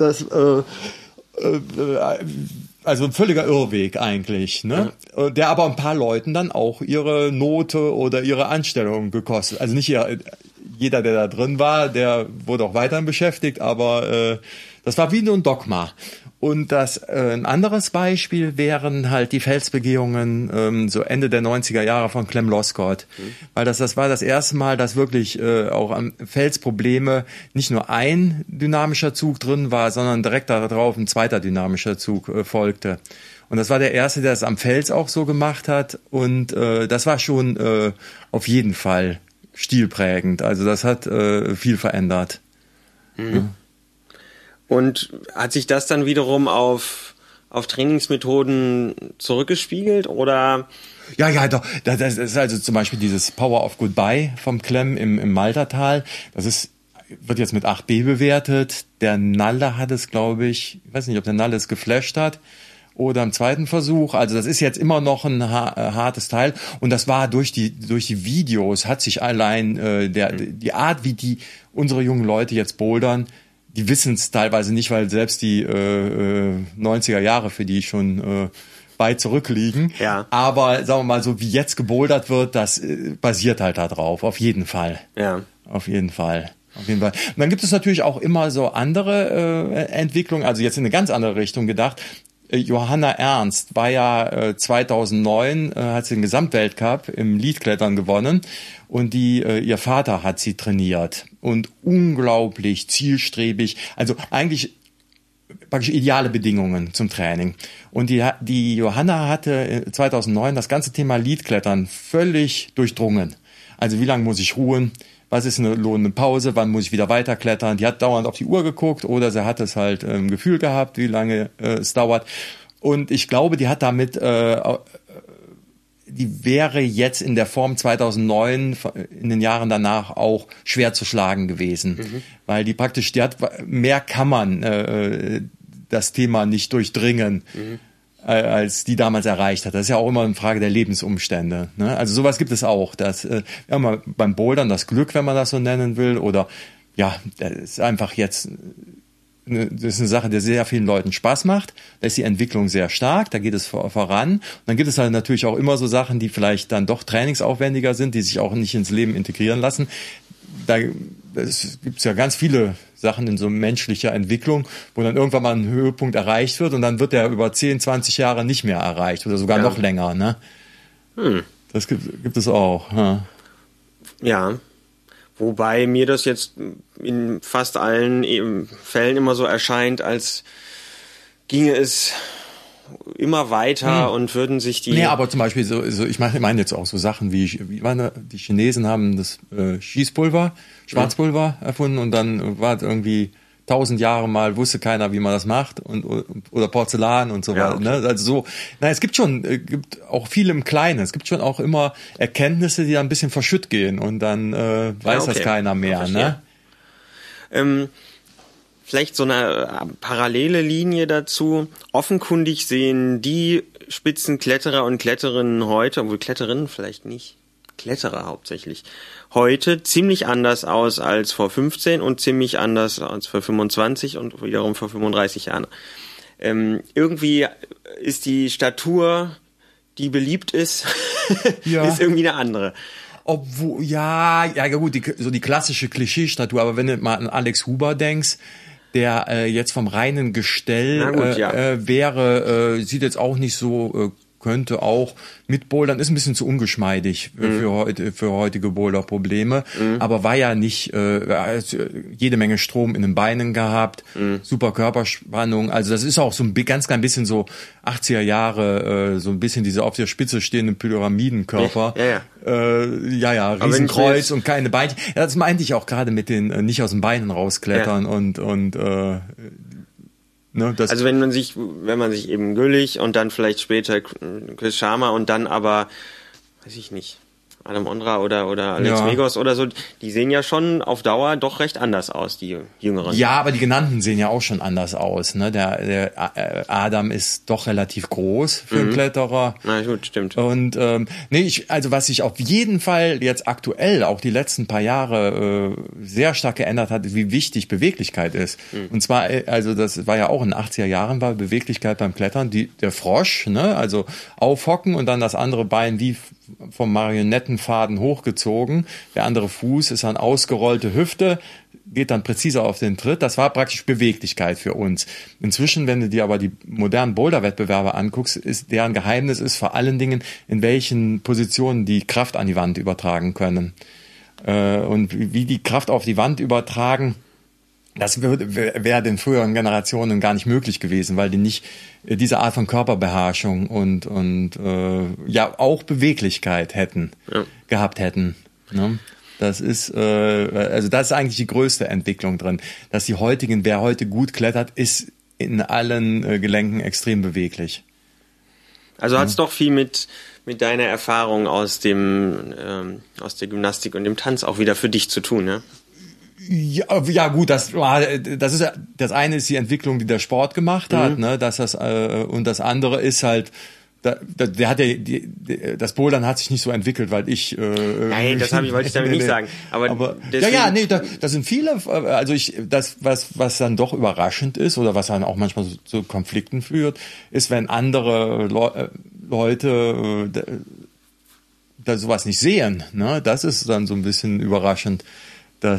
Also ein völliger Irrweg eigentlich, ne? Ja. Der aber ein paar Leuten dann auch ihre Note oder ihre Anstellung gekostet. Also nicht jeder, der da drin war, der wurde auch weiterhin beschäftigt, aber das war wie nur ein Dogma. Und ein anderes Beispiel wären halt die Felsbegehungen so Ende der 90er Jahre von Clem Loscott. Weil das war das erste Mal, dass wirklich auch am Felsprobleme nicht nur ein dynamischer Zug drin war, sondern direkt darauf ein zweiter dynamischer Zug folgte. Und das war der erste, der es am Fels auch so gemacht hat. Und das war schon auf jeden Fall stilprägend. Also das hat viel verändert. Ja. Und hat sich das dann wiederum auf Trainingsmethoden zurückgespiegelt, oder? Ja, doch. Das ist also zum Beispiel dieses Power of Goodbye vom Clem im Maltertal. Wird jetzt mit 8B bewertet. Der Nalle hat es, glaube ich weiß nicht, ob der Nalle es geflasht hat oder im zweiten Versuch. Also das ist jetzt immer noch ein hartes Teil. Und das war durch die Videos hat sich allein die Art, wie unsere jungen Leute jetzt bouldern, die wissen es teilweise nicht, weil selbst die 90er Jahre für die schon weit zurückliegen. Ja. Aber sagen wir mal, so wie jetzt gebouldert wird, das basiert halt da drauf, auf jeden Fall. Ja. Auf jeden Fall. Und dann gibt es natürlich auch immer so andere Entwicklungen, also jetzt in eine ganz andere Richtung gedacht. Johanna Ernst war ja 2009, hat sie den Gesamtweltcup im Leadklettern gewonnen, und ihr Vater hat sie trainiert und unglaublich zielstrebig, also eigentlich praktisch ideale Bedingungen zum Training. Und die Johanna hatte 2009 das ganze Thema Leadklettern völlig durchdrungen. Also wie lange muss ich ruhen? Was ist eine lohnende Pause? Wann muss ich wieder weiterklettern? Die hat dauernd auf die Uhr geguckt, oder sie hat es halt im Gefühl gehabt, wie lange es dauert. Und ich glaube, die hat damit, die wäre jetzt in der Form 2009, in den Jahren danach auch schwer zu schlagen gewesen. Weil die hat mehr kann man das Thema nicht durchdringen. Als die damals erreicht hat. Das ist ja auch immer eine Frage der Lebensumstände. Ne? Also sowas gibt es auch. Das mal beim Bouldern das Glück, wenn man das so nennen will, oder ja, das ist einfach jetzt das ist eine Sache, die sehr vielen Leuten Spaß macht. Da ist die Entwicklung sehr stark, da geht es voran. Und dann gibt es halt natürlich auch immer so Sachen, die vielleicht dann doch trainingsaufwendiger sind, die sich auch nicht ins Leben integrieren lassen. Da gibt's ja ganz viele Sachen in so menschlicher Entwicklung, wo dann irgendwann mal ein Höhepunkt erreicht wird und dann wird der über 10, 20 Jahre nicht mehr erreicht oder sogar noch länger. Ne? Das gibt es auch. Ja, wobei mir das jetzt in fast allen Fällen immer so erscheint, als ginge es immer weiter und würden sich die... Nee, aber zum Beispiel so ich meine jetzt auch so Sachen wie die Chinesen haben das Schießpulver, Schwarzpulver erfunden, und dann war es irgendwie 1000 Jahre mal, wusste keiner, wie man das macht, oder Porzellan und so weiter. Okay. Ne? Also so, es gibt auch viel im Kleinen. Es gibt schon auch immer Erkenntnisse, die da ein bisschen verschütt gehen, und dann weiß das keiner mehr. Ne? Vielleicht so eine parallele Linie dazu. Offenkundig sehen die Spitzenkletterer und Kletterinnen heute, obwohl Kletterinnen vielleicht nicht, Kletterer hauptsächlich, heute ziemlich anders aus als vor 15 und ziemlich anders als vor 25 und wiederum vor 35 Jahren. Irgendwie ist die Statur die beliebt ist, Ja. ist irgendwie eine andere. Obwohl, ja gut, so die klassische Klischeestatue, aber wenn du mal an Alex Huber denkst, der jetzt vom reinen Gestell Na gut, wäre, sieht jetzt auch nicht so, könnte auch mit Bouldern, ist ein bisschen zu ungeschmeidig für heutige Boulder-Probleme, aber war ja nicht jede Menge Strom in den Beinen gehabt, super Körperspannung, also das ist auch so ein ganz klein bisschen so 80er Jahre, so ein bisschen diese auf der Spitze stehenden Pyramidenkörper. Riesenkreuz und keine Beinchen. Ja, das meinte ich auch gerade mit den nicht aus den Beinen rausklettern und also wenn man sich eben Güllich und dann vielleicht später Chris Sharma und dann aber, weiß ich nicht, Adam Ondra oder Alex Megos oder so, die sehen ja schon auf Dauer doch recht anders aus, die Jüngeren. Ja, aber die genannten sehen ja auch schon anders aus. Ne? Der Adam ist doch relativ groß für einen Kletterer. Na gut, stimmt. Und also was sich auf jeden Fall jetzt aktuell, auch die letzten paar Jahre sehr stark geändert hat, ist, wie wichtig Beweglichkeit ist. Und zwar, also das war ja auch in den 80er Jahren, war Beweglichkeit beim Klettern, der Frosch, ne? Also aufhocken und dann das andere Bein wie vom Marionettenfaden hochgezogen. Der andere Fuß ist dann ausgerollte Hüfte, geht dann präziser auf den Tritt. Das war praktisch Beweglichkeit für uns. Inzwischen, wenn du dir aber die modernen Boulder-Wettbewerbe anguckst, ist deren Geheimnis ist vor allen Dingen, in welchen Positionen die Kraft an die Wand übertragen können. Und wie die Kraft auf die Wand übertragen, das wäre den früheren Generationen gar nicht möglich gewesen, weil die nicht diese Art von Körperbeherrschung und auch Beweglichkeit gehabt hätten. Ne? Das ist also das ist eigentlich die größte Entwicklung drin, dass wer heute gut klettert, ist in allen Gelenken extrem beweglich. Also hat's doch viel mit deiner Erfahrung aus der Gymnastik und dem Tanz auch wieder für dich zu tun, ne? Ja gut, das ist das eine ist die Entwicklung, die der Sport gemacht hat, ne, und das andere ist halt der hat das Bouldern hat sich nicht so entwickelt, weil ich nein, wollte ich damit nicht sagen, aber das sind viele, also was dann doch überraschend ist oder was dann auch manchmal zu Konflikten führt, ist, wenn andere Leute da sowas nicht sehen, ne, das ist dann so ein bisschen überraschend. Wir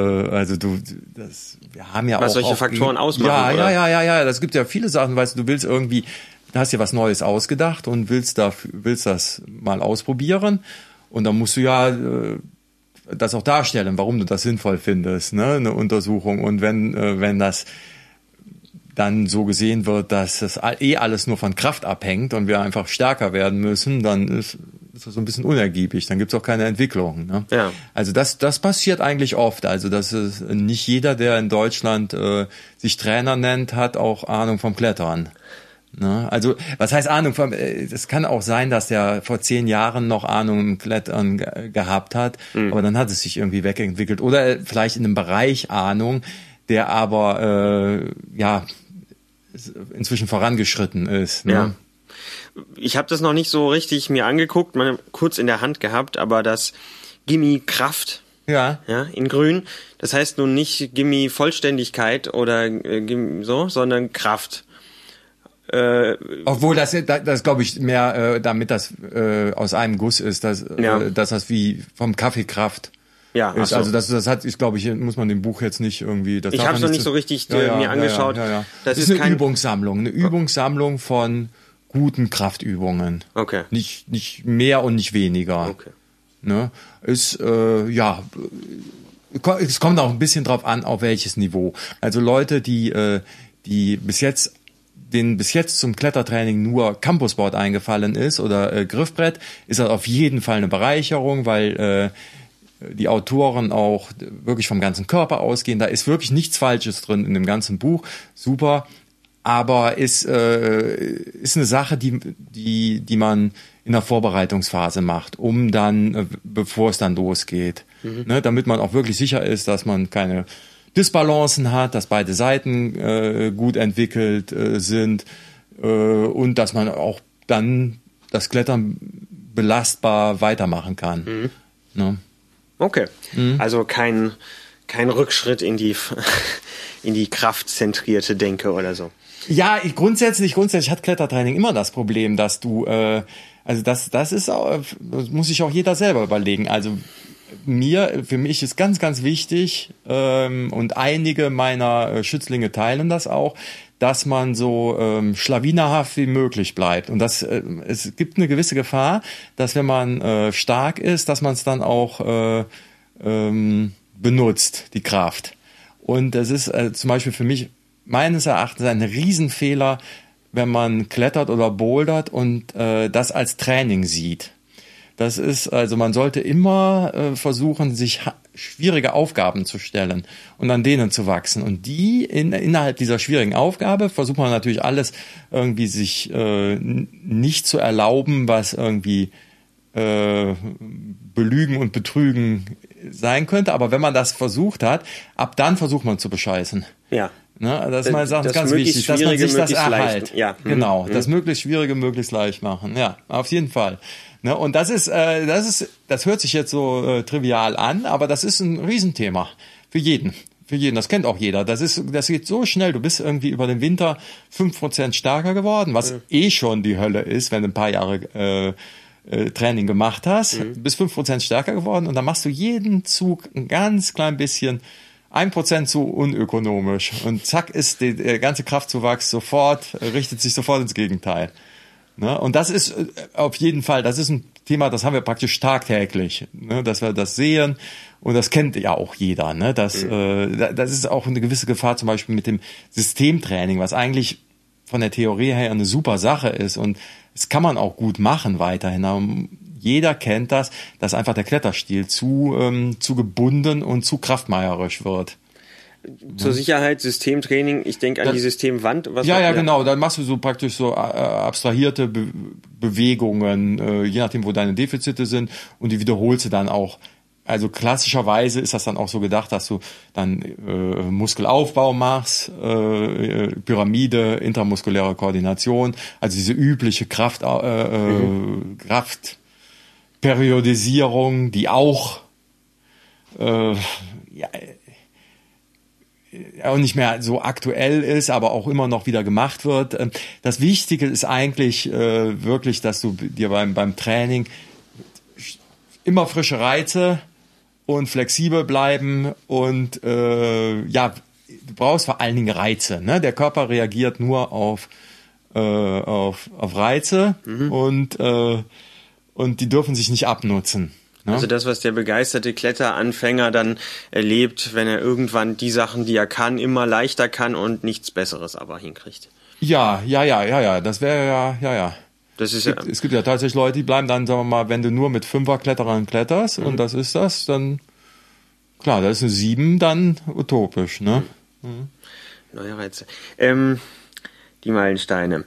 haben ja was auch solche Faktoren ausmachen. Ja, das gibt ja viele Sachen, weißt du, du hast dir was Neues ausgedacht und willst das mal ausprobieren und dann musst du das auch darstellen, warum du das sinnvoll findest, ne, eine Untersuchung, und wenn das dann so gesehen wird, dass das alles nur von Kraft abhängt und wir einfach stärker werden müssen, dann ist das so ein bisschen unergiebig, dann gibt's auch keine Entwicklung. Ne? Ja. Also das passiert eigentlich oft. Also das ist nicht jeder, der in Deutschland sich Trainer nennt, hat auch Ahnung vom Klettern. Ne? Also was heißt Ahnung vom? Es kann auch sein, dass der vor 10 Jahren noch Ahnung im Klettern gehabt hat, aber dann hat es sich irgendwie wegentwickelt. Oder vielleicht in einem Bereich Ahnung, der aber inzwischen vorangeschritten ist. Ne? Ja. Ich habe das noch nicht so richtig mir angeguckt, mal kurz in der Hand gehabt, aber das Gimme Kraft in Grün, das heißt nun nicht Gimme Vollständigkeit oder sondern Kraft. Obwohl das glaube ich mehr, damit das aus einem Guss ist, dass das wie vom Kaffee Kraft. Ja, ist. Also das hat, ich glaube, muss man dem Buch jetzt nicht irgendwie. Ich habe es noch nicht so richtig mir angeschaut. Ja. Das ist eine Übungssammlung von guten Kraftübungen. Okay. Nicht mehr und nicht weniger. Okay. Ne? Es kommt auch ein bisschen drauf an, auf welches Niveau. Also Leute, die bis jetzt zum Klettertraining nur Campusboard eingefallen ist oder Griffbrett, ist das auf jeden Fall eine Bereicherung, weil die Autoren auch wirklich vom ganzen Körper ausgehen. Da ist wirklich nichts Falsches drin in dem ganzen Buch. Super. Aber ist eine Sache, die man in der Vorbereitungsphase macht, um dann, bevor es dann losgeht, ne, damit man auch wirklich sicher ist, dass man keine Disbalancen hat, dass beide Seiten gut entwickelt sind und dass man auch dann das Klettern belastbar weitermachen kann. Ne? Okay, also kein Rückschritt in die kraftzentrierte Denke oder so. Ja, grundsätzlich hat Klettertraining immer das Problem, dass du Also das ist auch, das muss sich auch jeder selber überlegen. Also für mich ist ganz, ganz wichtig, und einige meiner Schützlinge teilen das auch, dass man so schlawinerhaft wie möglich bleibt. Und es gibt eine gewisse Gefahr, dass wenn man stark ist, dass man es dann auch benutzt, die Kraft. Und das ist zum Beispiel für mich meines Erachtens ein Riesenfehler, wenn man klettert oder bouldert und das als Training sieht. Das ist, also man sollte immer versuchen, sich schwierige Aufgaben zu stellen und an denen zu wachsen. Und innerhalb dieser schwierigen Aufgabe versucht man natürlich alles irgendwie sich nicht zu erlauben, was irgendwie Belügen und Betrügen sein könnte. Aber wenn man das versucht hat, ab dann versucht man zu bescheißen. Ja. Ne, das ist mal ganz wichtig, dass man sich das erhält. Ja. Genau, das möglichst Schwierige möglichst leicht machen. Ja, auf jeden Fall. Ne, und das hört sich jetzt so trivial an, aber das ist ein Riesenthema für jeden. Für jeden, das kennt auch jeder. Das geht so schnell. Du bist irgendwie über den Winter 5% stärker geworden, was schon die Hölle ist, wenn du ein paar Jahre Training gemacht hast. Du bist 5% stärker geworden und dann machst du jeden Zug ein ganz klein bisschen 1% zu unökonomisch und zack ist der ganze Kraftzuwachs richtet sich sofort ins Gegenteil. Ne? Und das ist auf jeden Fall, das ist ein Thema, das haben wir praktisch tagtäglich, ne? Dass wir das sehen und das kennt ja auch jeder. Ne? Das ist auch eine gewisse Gefahr zum Beispiel mit dem Systemtraining, was eigentlich von der Theorie her eine super Sache ist und das kann man auch gut machen weiterhin. Jeder kennt das, dass einfach der Kletterstil zu gebunden und zu kraftmeierisch wird. Zur Sicherheit, Systemtraining, ich denke an die Systemwand. Genau, dann machst du so praktisch so abstrahierte Bewegungen, je nachdem, wo deine Defizite sind und die wiederholst du dann auch. Also klassischerweise ist das dann auch so gedacht, dass du dann Muskelaufbau machst, Pyramide, intermuskuläre Koordination, also diese übliche Kraftperiodisierung, die auch auch nicht mehr so aktuell ist, aber auch immer noch wieder gemacht wird. Das Wichtige ist eigentlich wirklich, dass du dir beim Training immer frische Reize und flexibel bleiben und du brauchst vor allen Dingen Reize. Ne? Der Körper reagiert nur auf Reize und die dürfen sich nicht abnutzen. Ne? Also das, was der begeisterte Kletteranfänger dann erlebt, wenn er irgendwann die Sachen, die er kann, immer leichter kann und nichts Besseres aber hinkriegt. Ja, das wäre ja. Es gibt ja tatsächlich Leute, die bleiben dann, sagen wir mal, wenn du nur mit Fünferkletterern kletterst und das ist das, dann klar, das ist eine 7 dann utopisch, ne? Neue Reize. Die Meilensteine.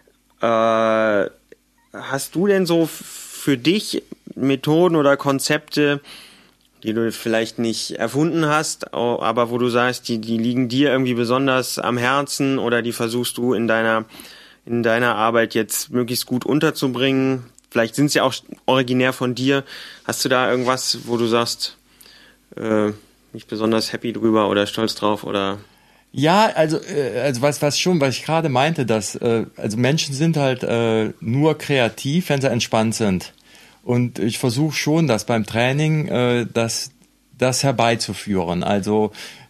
Hast du denn so für dich Methoden oder Konzepte, die du vielleicht nicht erfunden hast, aber wo du sagst, die liegen dir irgendwie besonders am Herzen oder die versuchst du in deiner Arbeit jetzt möglichst gut unterzubringen? Vielleicht sind es ja auch originär von dir. Hast du da irgendwas, wo du sagst, nicht besonders happy drüber oder stolz drauf oder? Ja, also was ich gerade meinte, dass also Menschen sind halt nur kreativ, wenn sie entspannt sind. Und ich versuche schon, dass beim Training das herbeizuführen. Also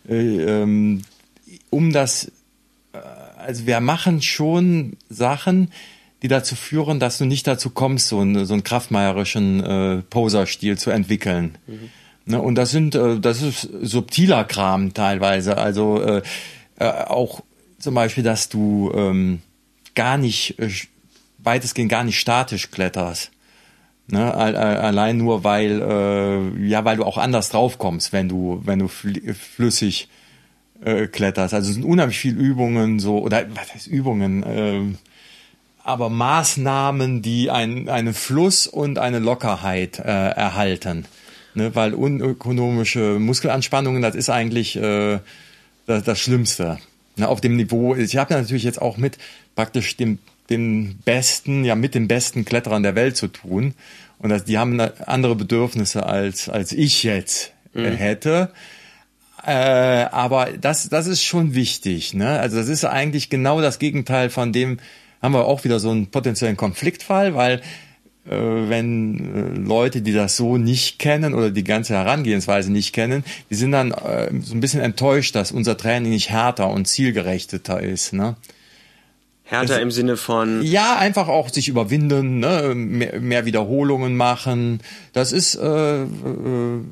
also wir machen schon Sachen, die dazu führen, dass du nicht dazu kommst, so einen kraftmeierischen Poser-Stil zu entwickeln. Ne, und das ist subtiler Kram teilweise. Also auch zum Beispiel, dass du weitestgehend gar nicht statisch kletterst. Ne, allein nur, weil du auch anders draufkommst, wenn du flüssig kletterst. Also es sind unheimlich viele Übungen was heißt Übungen? Aber Maßnahmen, die einen Fluss und eine Lockerheit erhalten. Ne, weil unökonomische Muskelanspannungen, das ist eigentlich das Schlimmste. Ne, auf dem Niveau, ich habe natürlich jetzt auch mit praktisch mit den besten Kletterern der Welt zu tun. Und die haben andere Bedürfnisse als ich jetzt hätte. Aber das ist schon wichtig, ne? Also das ist eigentlich genau das Gegenteil von dem, haben wir auch wieder so einen potenziellen Konfliktfall, weil wenn Leute, die das so nicht kennen oder die ganze Herangehensweise nicht kennen, die sind dann so ein bisschen enttäuscht, dass unser Training nicht härter und zielgerichteter ist, ne? Härter im Sinne von... Ja, einfach auch sich überwinden, ne? Mehr Wiederholungen machen. Das ist, also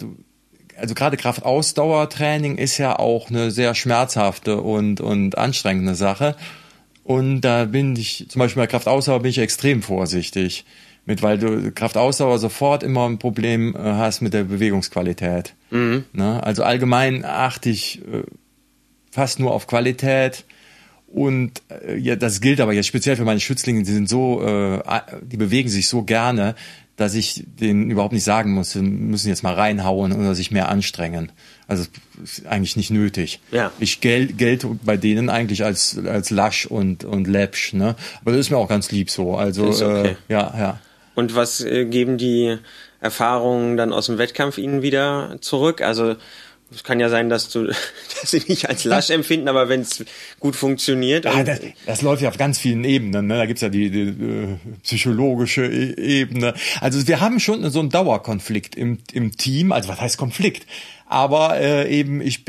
gerade Kraftausdauertraining ist ja auch eine sehr schmerzhafte und anstrengende Sache. Und da bin ich, zum Beispiel bei Kraftausdauer bin ich extrem vorsichtig mit, weil du Kraftausdauer sofort immer ein Problem hast mit der Bewegungsqualität. Mhm. Ne? Also allgemein achte ich fast nur auf Qualität. Und ja, das gilt aber jetzt speziell für meine Schützlinge, die sind so, die bewegen sich so gerne, dass ich denen überhaupt nicht sagen muss, sie müssen jetzt mal reinhauen oder sich mehr anstrengen. Also ist eigentlich nicht nötig. Ja. Ich gelte bei denen eigentlich als lasch und läppsch, ne? Aber das ist mir auch ganz lieb so. Also ist okay. Ja. Und was geben die Erfahrungen dann aus dem Wettkampf Ihnen wieder zurück? Also es kann ja sein, dass sie nicht als lasch empfinden, aber wenn es gut funktioniert. Ja, das läuft ja auf ganz vielen Ebenen. Ne? Da gibt's ja die psychologische Ebene. Also wir haben schon so einen Dauerkonflikt im Team. Also was heißt Konflikt? Aber eben, ich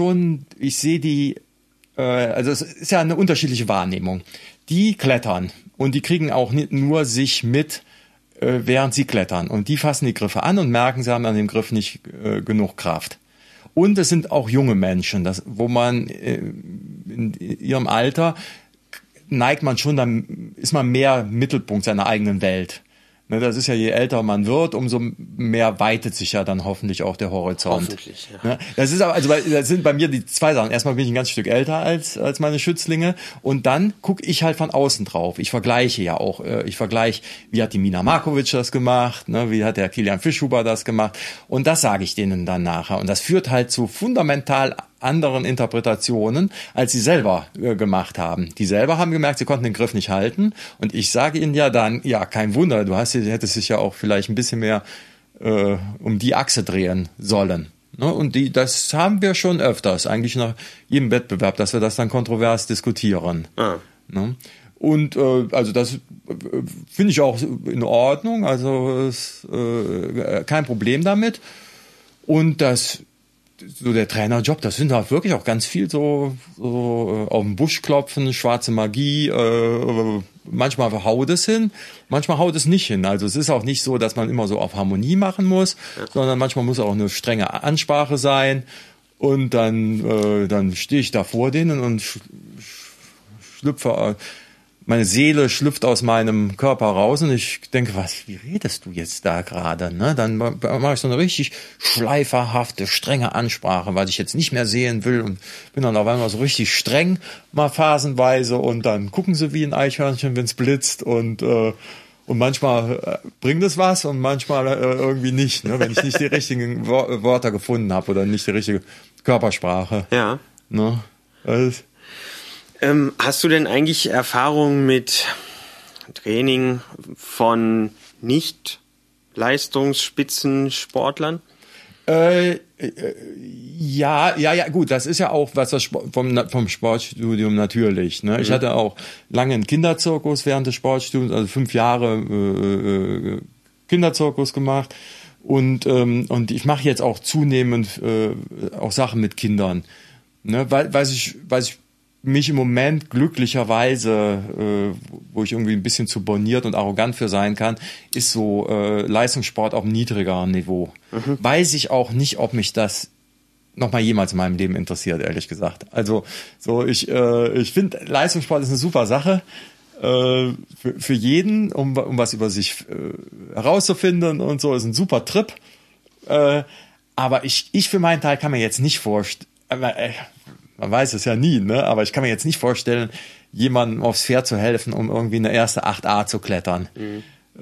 sehe die, also es ist ja eine unterschiedliche Wahrnehmung. Die klettern und die kriegen auch nicht nur sich mit, während sie klettern. Und die fassen die Griffe an und merken, sie haben an dem Griff nicht genug Kraft. Und es sind auch junge Menschen, wo man in ihrem Alter neigt man schon, dann ist man mehr Mittelpunkt seiner eigenen Welt. Ne, das ist ja, je älter man wird, umso mehr weitet sich ja dann hoffentlich auch der Horizont. Hoffentlich, ja. Ne, das ist aber, also das sind bei mir die zwei Sachen. Erstmal bin ich ein ganzes Stück älter als meine Schützlinge und dann gucke ich halt von außen drauf. Ich vergleiche ja auch, wie hat die Mina Markovic das gemacht, ne, wie hat der Kilian Fischhuber das gemacht und das sage ich denen dann nachher und das führt halt zu fundamental anderen Interpretationen, als sie selber gemacht haben. Die selber haben gemerkt, sie konnten den Griff nicht halten und ich sage ihnen ja dann, ja, kein Wunder, hättest dich ja auch vielleicht ein bisschen mehr um die Achse drehen sollen. Ne? Und das haben wir schon öfters, eigentlich nach jedem Wettbewerb, dass wir das dann kontrovers diskutieren. Ah. Ne? Und also das finde ich auch in Ordnung, also ist kein Problem damit. Und so der Trainerjob, das sind halt wirklich auch ganz viel so auf den Busch klopfen, schwarze Magie, manchmal haut es hin, manchmal haut es nicht hin. Also es ist auch nicht so, dass man immer so auf Harmonie machen muss, sondern manchmal muss auch eine strenge Ansprache sein und dann stehe ich da vor denen und schlüpfe, meine Seele schlüpft aus meinem Körper raus und ich denke, wie redest du jetzt da gerade? Ne? Dann mache ich so eine richtig schleiferhafte, strenge Ansprache, was ich jetzt nicht mehr sehen will und bin dann auf einmal so richtig streng, mal phasenweise und dann gucken sie wie ein Eichhörnchen, wenn es blitzt und manchmal bringt es was und manchmal irgendwie nicht, ne? Wenn ich nicht die richtigen Wörter gefunden habe oder nicht die richtige Körpersprache. Ja. Ne? Also, hast du denn eigentlich Erfahrungen mit Training von Nicht-Leistungsspitzensportlern? Ja, gut, das ist ja auch was vom Sportstudium natürlich. Ne? Ich hatte auch lange einen Kinderzirkus während des Sportstudiums, also 5 Jahre Kinderzirkus gemacht und ich mache jetzt auch zunehmend auch Sachen mit Kindern. Ne? Weil ich mich im Moment glücklicherweise, wo ich irgendwie ein bisschen zu borniert und arrogant für sein kann, ist so Leistungssport auf einem niedrigeren Niveau. Mhm. Weiß ich auch nicht, ob mich das nochmal jemals in meinem Leben interessiert, ehrlich gesagt. Also so ich finde, Leistungssport ist eine super Sache für jeden, um was über sich herauszufinden und so, ist ein super Trip. Aber ich für meinen Teil kann mir jetzt nicht vorstellen, man weiß es ja nie, ne? Aber ich kann mir jetzt nicht vorstellen, jemandem aufs Pferd zu helfen, um irgendwie eine erste 8a zu klettern. Mhm.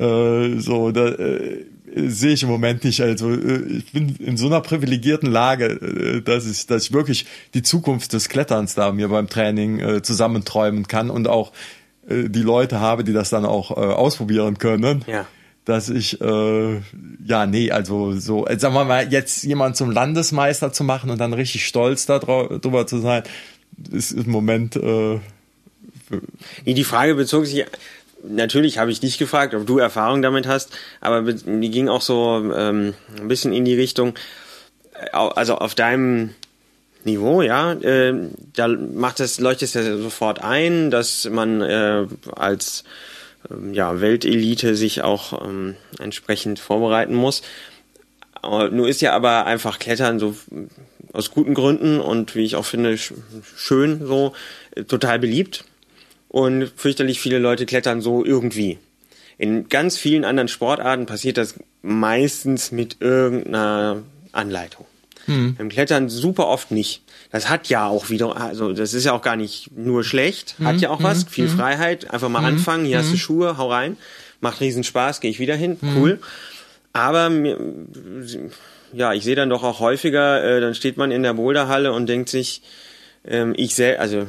Sehe ich im Moment nicht. Also ich bin in so einer privilegierten Lage, dass ich wirklich die Zukunft des Kletterns da mir beim Training zusammenträumen kann und auch die Leute habe, die das dann auch ausprobieren können. Ja. Dass ich, sagen wir mal, jetzt jemanden zum Landesmeister zu machen und dann richtig stolz darüber zu sein, ist im Moment... Die Frage bezog sich natürlich habe ich dich gefragt, ob du Erfahrung damit hast, aber die ging auch so ein bisschen in die Richtung, also auf deinem Niveau, ja, da leuchtet es ja sofort ein, dass man als Weltelite sich auch entsprechend vorbereiten muss. Nur ist ja aber einfach Klettern so aus guten Gründen und wie ich auch finde, schön so, total beliebt. Und fürchterlich viele Leute klettern so irgendwie. In ganz vielen anderen Sportarten passiert das meistens mit irgendeiner Anleitung. Beim Klettern super oft nicht. Das hat ja auch wieder, also das ist ja auch gar nicht nur schlecht, hat ja auch was, viel Freiheit, einfach mal anfangen, hier hast du Schuhe, hau rein, macht riesen Spaß, gehe ich wieder hin, cool. Aber ich sehe dann doch auch häufiger, dann steht man in der Boulderhalle und denkt sich, ich bin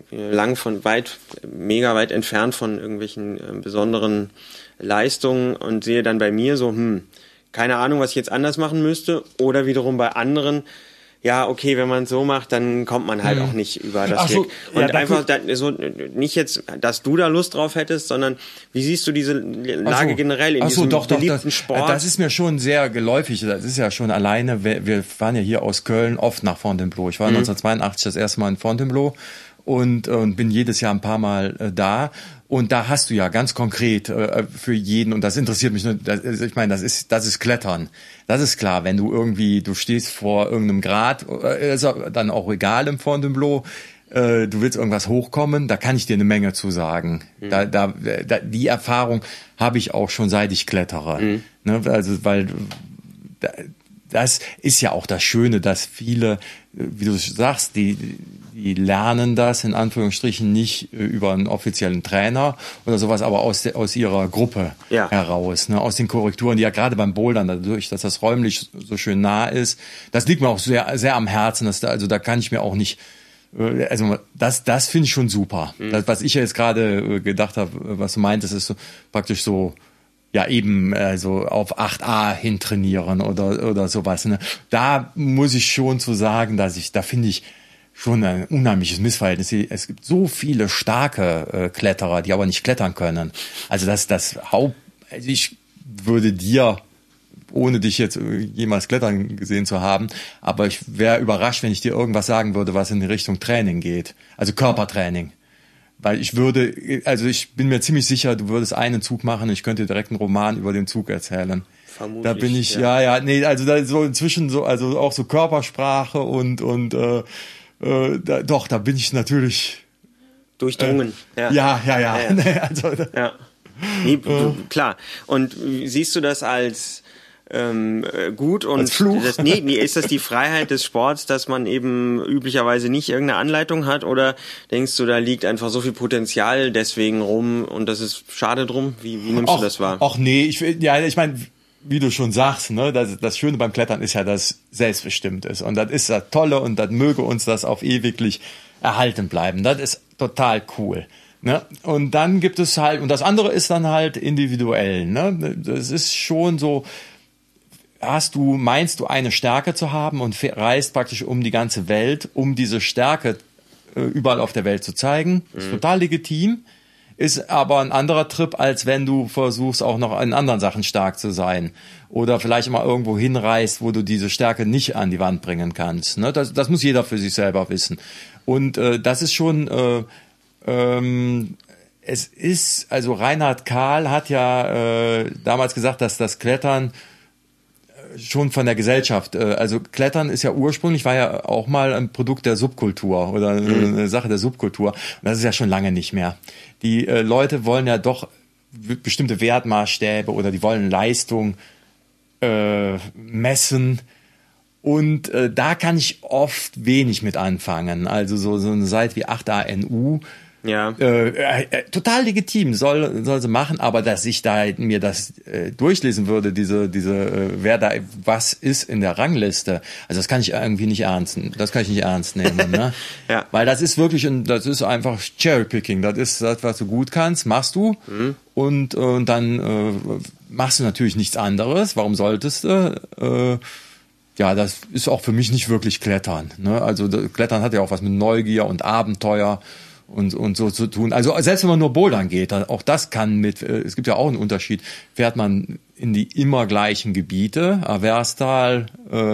mega weit entfernt von irgendwelchen besonderen Leistungen und sehe dann bei mir so, keine Ahnung, was ich jetzt anders machen müsste. Oder wiederum bei anderen, ja, okay, wenn man es so macht, dann kommt man halt auch nicht über das Weg. Und einfach so nicht jetzt, dass du da Lust drauf hättest, sondern wie siehst du diese Lage generell in diesem beliebten Sport? Das ist mir schon sehr geläufig. Das ist ja schon alleine, wir fahren ja hier aus Köln oft nach Fontainebleau. Ich war 1982 das erste Mal in Fontainebleau und bin jedes Jahr ein paar Mal da. Und da hast du ja ganz konkret für jeden, und das interessiert mich nur, ich meine, das ist Klettern. Das ist klar, wenn du stehst vor irgendeinem Grat, ist dann auch egal im Fontainebleau, du willst irgendwas hochkommen, da kann ich dir eine Menge zu sagen. Die Erfahrung habe ich auch schon, seit ich klettere. Ne? Also, weil das ist ja auch das Schöne, dass viele, wie du sagst, die lernen das in Anführungsstrichen nicht über einen offiziellen Trainer oder sowas, aber aus ihrer Gruppe heraus, ne? Aus den Korrekturen, die ja gerade beim Bouldern, dadurch, dass das räumlich so schön nah ist, das liegt mir auch sehr, sehr am Herzen. Da kann ich mir auch nicht, also das finde ich schon super. Das, was ich ja jetzt gerade gedacht habe, was du meintest, ist so, praktisch so, ja eben so auf 8a hin trainieren oder sowas. Ne? Da muss ich schon zu sagen, da finde ich schon ein unheimliches Missverhältnis. Es gibt so viele starke Kletterer, die aber nicht klettern können. Also ich würde dir, ohne dich jetzt jemals klettern gesehen zu haben, aber ich wäre überrascht, wenn ich dir irgendwas sagen würde, was in die Richtung Training geht. Also Körpertraining. Weil ich bin mir ziemlich sicher, du würdest einen Zug machen und ich könnte dir direkt einen Roman über den Zug erzählen. Vermutlich, da bin ich, also da so inzwischen so, also auch so Körpersprache und da bin ich natürlich durchdrungen. Ja. Nee, klar. Und siehst du das als gut und als Fluch? Ist das die Freiheit des Sports, dass man eben üblicherweise nicht irgendeine Anleitung hat, oder denkst du, da liegt einfach so viel Potenzial deswegen rum und das ist schade drum? Wie nimmst du das wahr? Ach nee, ich meine, wie du schon sagst, ne, das Schöne beim Klettern ist ja, dass selbstbestimmt ist. Und das ist das Tolle und das möge uns das auf ewiglich erhalten bleiben. Das ist total cool. Ne? Und dann gibt es halt, und das andere ist dann halt individuell. Ne? Das ist schon so, meinst du eine Stärke zu haben und reist praktisch um die ganze Welt, um diese Stärke überall auf der Welt zu zeigen. Ist total legitim. Ist aber ein anderer Trip, als wenn du versuchst, auch noch in anderen Sachen stark zu sein. Oder vielleicht mal irgendwo hinreist, wo du diese Stärke nicht an die Wand bringen kannst. Ne? Das muss jeder für sich selber wissen. Und das ist schon, also Reinhard Kahl hat ja damals gesagt, dass das Klettern schon von der Gesellschaft, also Klettern ist ja ursprünglich, war ja auch mal ein Produkt der Subkultur oder eine Sache der Subkultur. Und das ist ja schon lange nicht mehr. Die Leute wollen ja doch bestimmte Wertmaßstäbe oder die wollen Leistung messen. Und da kann ich oft wenig mit anfangen. Also so eine Seite wie 8ANU, total legitim, soll sie machen, aber dass ich da mir das durchlesen würde, diese wer da was ist in der Rangliste, also das kann ich nicht ernst nehmen, ne? Ja. Weil das ist wirklich, das ist einfach Cherrypicking, das ist das, was du gut kannst, machst du und dann machst du natürlich nichts anderes, warum solltest du? Ja, das ist auch für mich nicht wirklich Klettern, ne? Also Klettern hat ja auch was mit Neugier und Abenteuer und so zu tun. Also selbst wenn man nur bouldern geht, auch das kann es gibt ja auch einen Unterschied, fährt man in die immer gleichen Gebiete, Averstal,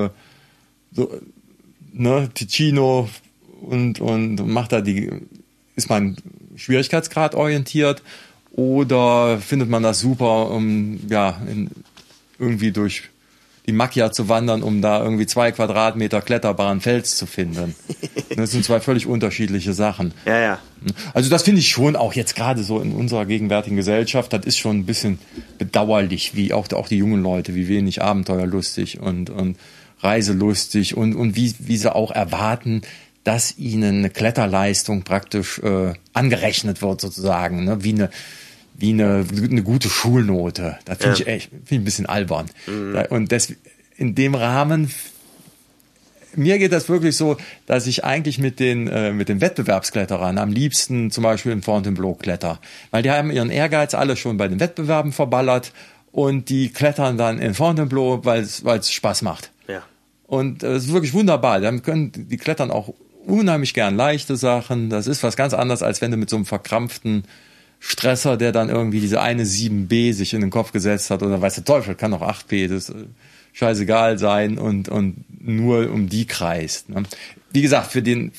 Ticino und macht da ist man Schwierigkeitsgrad orientiert oder findet man das super, irgendwie durch die Macchia zu wandern, um da irgendwie 2 Quadratmeter kletterbaren Fels zu finden. Das sind 2 völlig unterschiedliche Sachen. Ja. Also das finde ich schon auch jetzt gerade so in unserer gegenwärtigen Gesellschaft, das ist schon ein bisschen bedauerlich, wie auch die jungen Leute, wie wenig abenteuerlustig und reiselustig und wie sie auch erwarten, dass ihnen eine Kletterleistung praktisch angerechnet wird sozusagen, ne? wie eine gute Schulnote. Das finde ich echt ein bisschen albern. Und in dem Rahmen, mir geht das wirklich so, dass ich eigentlich mit den Wettbewerbskletterern am liebsten zum Beispiel im Fontainebleau kletter. Weil die haben ihren Ehrgeiz alle schon bei den Wettbewerben verballert und die klettern dann in Fontainebleau, weil es Spaß macht. Ja. Und es ist wirklich wunderbar. Die klettern auch unheimlich gern leichte Sachen. Das ist was ganz anderes, als wenn du mit so einem verkrampften Stresser, der dann irgendwie diese eine 7b sich in den Kopf gesetzt hat, oder weiß der Teufel, kann auch 8b, das scheißegal sein und nur um die kreist. Ne? Wie gesagt, für den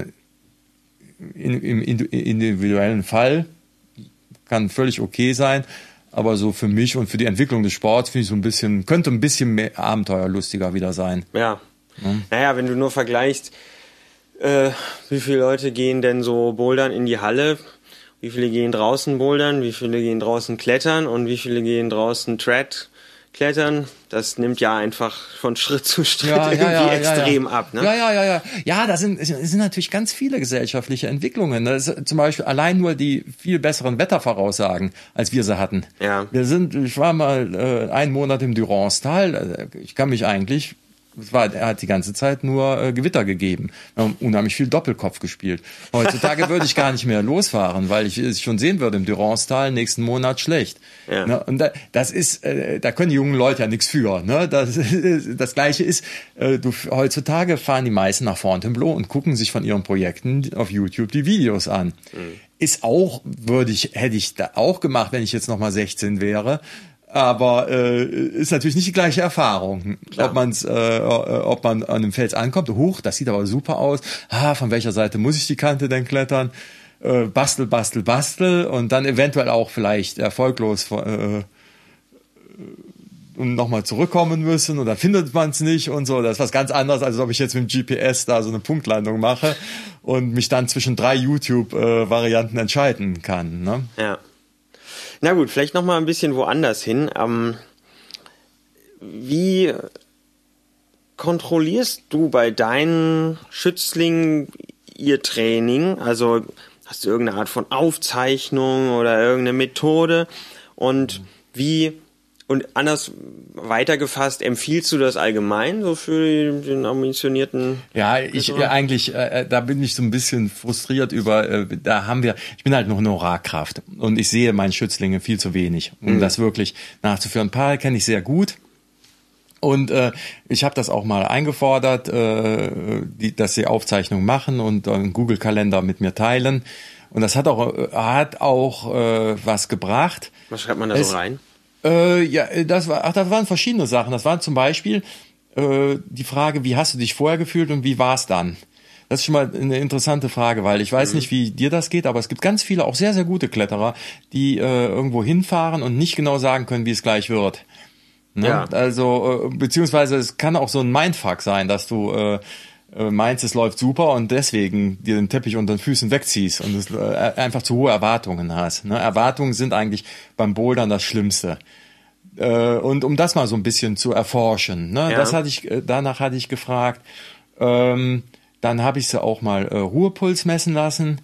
im individuellen Fall kann völlig okay sein, aber so für mich und für die Entwicklung des Sports finde ich könnte ein bisschen mehr abenteuerlustiger wieder sein. Ja. Naja, wenn du nur vergleichst, wie viele Leute gehen denn so bouldern in die Halle, wie viele gehen draußen bouldern, wie viele gehen draußen klettern und wie viele gehen draußen Trad klettern, das nimmt ja einfach von Schritt zu Schritt extrem ab. Ne? Ja. Ja, das sind natürlich ganz viele gesellschaftliche Entwicklungen. Das ist zum Beispiel allein nur die viel besseren Wettervoraussagen, als wir sie hatten. Ja. Ich war mal einen Monat im Durancetal. Ich kann mich eigentlich... Er hat die ganze Zeit nur Gewitter gegeben. Wir haben unheimlich viel Doppelkopf gespielt. Heutzutage würde ich gar nicht mehr losfahren, weil ich es schon sehen würde im Durancetal nächsten Monat schlecht. Ja. Ne? Und da können die jungen Leute ja nichts für. Ne? Das Gleiche ist, heutzutage fahren die meisten nach Fontainebleau und gucken sich von ihren Projekten auf YouTube die Videos an. Ist auch, hätte ich da auch gemacht, wenn ich jetzt noch mal 16 wäre. Aber ist natürlich nicht die gleiche Erfahrung. Ob man an einem Fels ankommt, das sieht aber super aus. Von welcher Seite muss ich die Kante denn klettern? Bastel und dann eventuell auch vielleicht erfolglos und nochmal zurückkommen müssen und dann findet man es nicht und so. Das ist was ganz anderes, als ob ich jetzt mit dem GPS da so eine Punktlandung mache und mich dann zwischen 3 YouTube-Varianten entscheiden kann. Ne? Ja. Na gut, vielleicht noch mal ein bisschen woanders hin. Wie kontrollierst du bei deinen Schützlingen ihr Training? Also hast du irgendeine Art von Aufzeichnung oder irgendeine Methode? Und anders weitergefasst, empfiehlst du das allgemein so für den ambitionierten? Ja, da bin ich so ein bisschen frustriert über, ich bin halt noch eine Honorarkraft und ich sehe meine Schützlinge viel zu wenig, um das wirklich nachzuführen. Ein paar kenne ich sehr gut. Und ich habe das auch mal eingefordert, dass sie Aufzeichnungen machen und einen Google-Kalender mit mir teilen. Und das hat auch was gebracht. Was schreibt man da so rein? Das waren verschiedene Sachen. Das waren zum Beispiel die Frage, wie hast du dich vorher gefühlt und wie war es dann? Das ist schon mal eine interessante Frage, weil ich weiß nicht, wie dir das geht, aber es gibt ganz viele, auch sehr, sehr gute Kletterer, die irgendwo hinfahren und nicht genau sagen können, wie es gleich wird. Ne? Ja. Also, beziehungsweise es kann auch so ein Mindfuck sein, dass du meinst, es läuft super und deswegen dir den Teppich unter den Füßen wegziehst und es einfach zu hohe Erwartungen hast. Ne? Erwartungen sind eigentlich beim Bouldern das Schlimmste. Und um das mal so ein bisschen zu erforschen, ne? Ja. Danach hatte ich gefragt. Dann habe ich sie auch mal Ruhepuls messen lassen,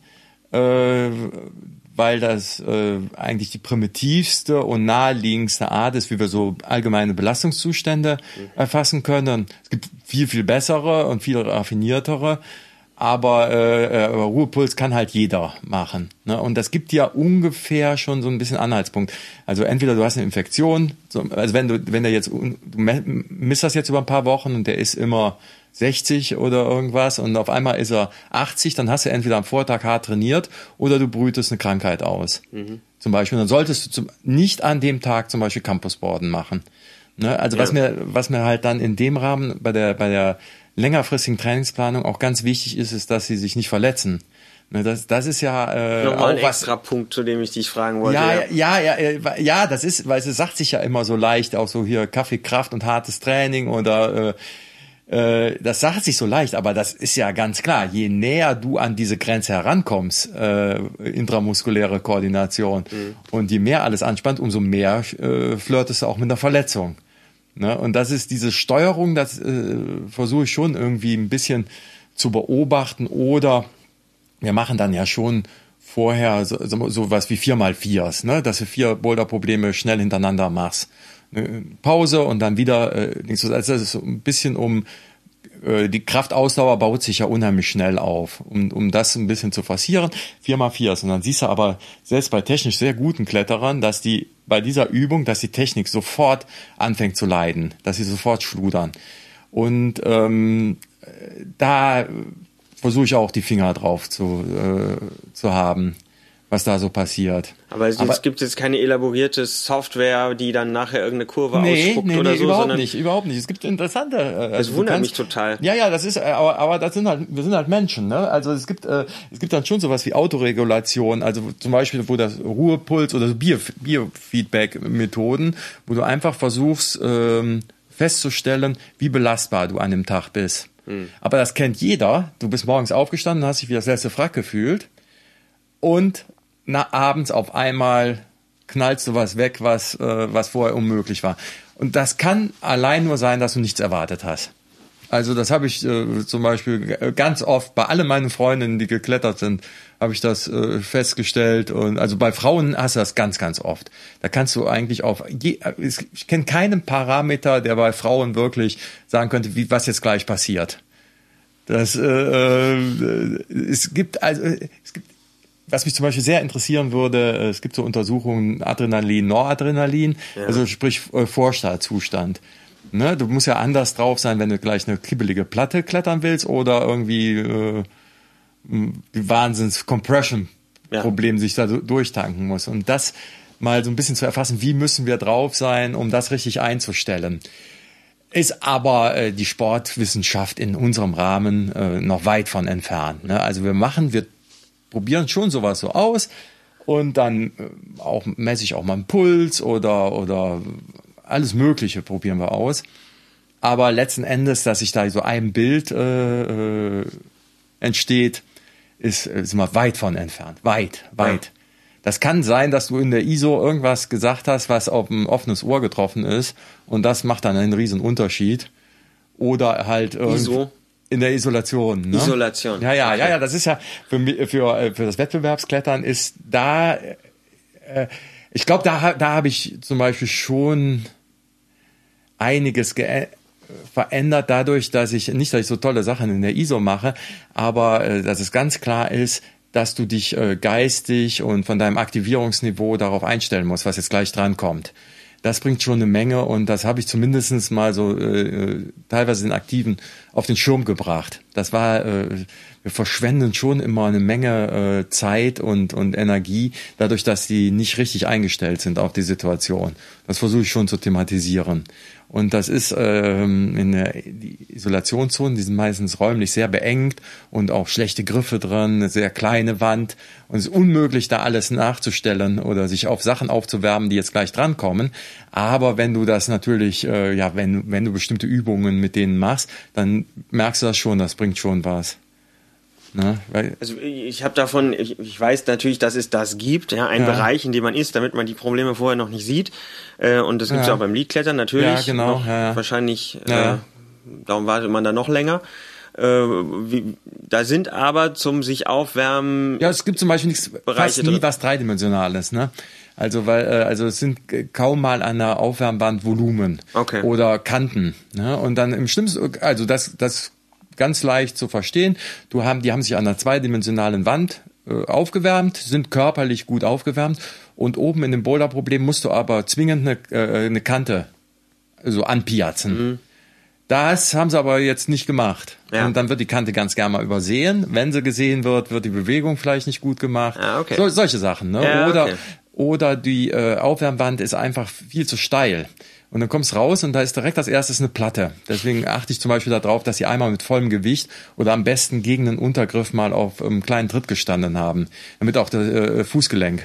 weil das eigentlich die primitivste und naheliegendste Art ist, wie wir so allgemeine Belastungszustände erfassen können. Und es gibt viel, viel bessere und viel raffiniertere, aber Ruhepuls kann halt jeder machen. Ne? Und das gibt ja ungefähr schon so ein bisschen Anhaltspunkt. Also entweder du hast eine Infektion, also wenn der jetzt, du misst das jetzt über ein paar Wochen und der ist immer 60 oder irgendwas und auf einmal ist er 80, dann hast du entweder am Vortag hart trainiert oder du brütest eine Krankheit aus. Zum Beispiel. Dann solltest du nicht an dem Tag zum Beispiel Campusboarden machen. Ne? Also was mir halt dann in dem Rahmen bei der längerfristigen Trainingsplanung auch ganz wichtig ist, dass sie sich nicht verletzen. Ne, das ist ja nochmal ein extra Punkt, zu dem ich dich fragen wollte. Ja, das ist, weil es sagt sich ja immer so leicht, auch so hier Kaffeekraft und hartes Training oder das sagt sich so leicht, aber das ist ja ganz klar, je näher du an diese Grenze herankommst, intramuskuläre Koordination und je mehr alles anspannt, umso mehr flirtest du auch mit einer Verletzung. Ne? Und das ist diese Steuerung, das versuche ich schon irgendwie ein bisschen zu beobachten oder wir machen dann ja schon vorher so was wie 4x4s, ne? Dass du 4 Boulder-Probleme schnell hintereinander machst. Pause und dann wieder, also das ist so ein bisschen die Kraftausdauer baut sich ja unheimlich schnell auf, um das ein bisschen zu forcieren. 4x4s. Und dann siehst du aber selbst bei technisch sehr guten Kletterern, dass die bei dieser Übung, dass die Technik sofort anfängt zu leiden, dass sie sofort schludern. Und da versuche ich auch die Finger drauf zu haben, was da so passiert. Aber es gibt jetzt keine elaborierte Software, die dann nachher irgendeine Kurve ausspuckt oder so? Überhaupt nicht. Es gibt interessante... Das wundert mich total. Ja, das ist, aber wir sind halt Menschen, ne? Also es gibt dann schon sowas wie Autoregulation, also zum Beispiel, wo das Ruhepuls oder so Biofeedback-Methoden, wo du einfach versuchst, festzustellen, wie belastbar du an dem Tag bist. Aber das kennt jeder. Du bist morgens aufgestanden, hast dich wie das letzte Frack gefühlt und abends auf einmal knallst du was weg, was vorher unmöglich war. Und das kann allein nur sein, dass du nichts erwartet hast. Also das habe ich zum Beispiel ganz oft bei allen meinen Freundinnen, die geklettert sind, habe ich das festgestellt. Und also bei Frauen hast du das ganz, ganz oft. Da kannst du eigentlich ich kenne keinen Parameter, der bei Frauen wirklich sagen könnte, was jetzt gleich passiert. Es gibt, was mich zum Beispiel sehr interessieren würde, es gibt so Untersuchungen Adrenalin, Noradrenalin, also sprich Vorstartzustand. Ne, du musst ja anders drauf sein, wenn du gleich eine kibbelige Platte klettern willst oder irgendwie Wahnsinns-Compression-Problem sich da durchtanken muss. Und das mal so ein bisschen zu erfassen, wie müssen wir drauf sein, um das richtig einzustellen. Ist aber die Sportwissenschaft in unserem Rahmen noch weit von entfernt. Ne? Also wir probieren schon sowas so aus und dann messe ich auch mal einen Puls oder alles Mögliche probieren wir aus. Aber letzten Endes, dass sich da so ein Bild entsteht, sind wir weit von entfernt. Weit. Ja. Das kann sein, dass du in der ISO irgendwas gesagt hast, was auf ein offenes Ohr getroffen ist. Und das macht dann einen riesen Unterschied. Oder halt ISO? In der Isolation. Ne? Isolation. Ja. Das ist ja für das Wettbewerbsklettern ist da... ich glaube, da habe ich zum Beispiel schon einiges verändert dadurch, dass ich so tolle Sachen in der ISO mache, aber dass es ganz klar ist, dass du dich geistig und von deinem Aktivierungsniveau darauf einstellen musst, was jetzt gleich dran kommt. Das bringt schon eine Menge und das habe ich zumindest mal so teilweise den Aktiven auf den Schirm gebracht. Das war, wir verschwenden schon immer eine Menge Zeit und Energie, dadurch, dass die nicht richtig eingestellt sind auf die Situation. Das versuche ich schon zu thematisieren. Und das ist die Isolationszonen, die sind meistens räumlich sehr beengt und auch schlechte Griffe drin, eine sehr kleine Wand. Und es ist unmöglich, da alles nachzustellen oder sich auf Sachen aufzuwärmen, die jetzt gleich drankommen. Aber wenn du das natürlich, wenn du bestimmte Übungen mit denen machst, dann merkst du das schon, das bringt schon was. Ne? Also ich weiß natürlich, dass es das gibt, einen Bereich, in dem man ist, damit man die Probleme vorher noch nicht sieht. Und das gibt es ja auch beim Leadklettern natürlich. Ja, genau. Wahrscheinlich, darum wartet man da noch länger. Da sind aber zum sich aufwärmen... Ja, es gibt zum Beispiel fast nie was Dreidimensionales, ne? Also es sind kaum mal an der Aufwärmband Volumen oder Kanten, ne? Und dann im schlimmsten, also das ganz leicht zu verstehen. Die haben sich an einer zweidimensionalen Wand aufgewärmt, sind körperlich gut aufgewärmt und oben in dem Boulderproblem musst du aber zwingend eine Kante so anpiatzen. Das haben sie aber jetzt nicht gemacht. Ja. Und dann wird die Kante ganz gerne mal übersehen. Wenn sie gesehen wird, wird die Bewegung vielleicht nicht gut gemacht. Ah, okay. Solche Sachen. Ne? Ja, oder die Aufwärmwand ist einfach viel zu steil. Und dann kommst raus und da ist direkt als erstes eine Platte. Deswegen achte ich zum Beispiel darauf, dass sie einmal mit vollem Gewicht oder am besten gegen den Untergriff mal auf einem kleinen Tritt gestanden haben, damit auch das Fußgelenk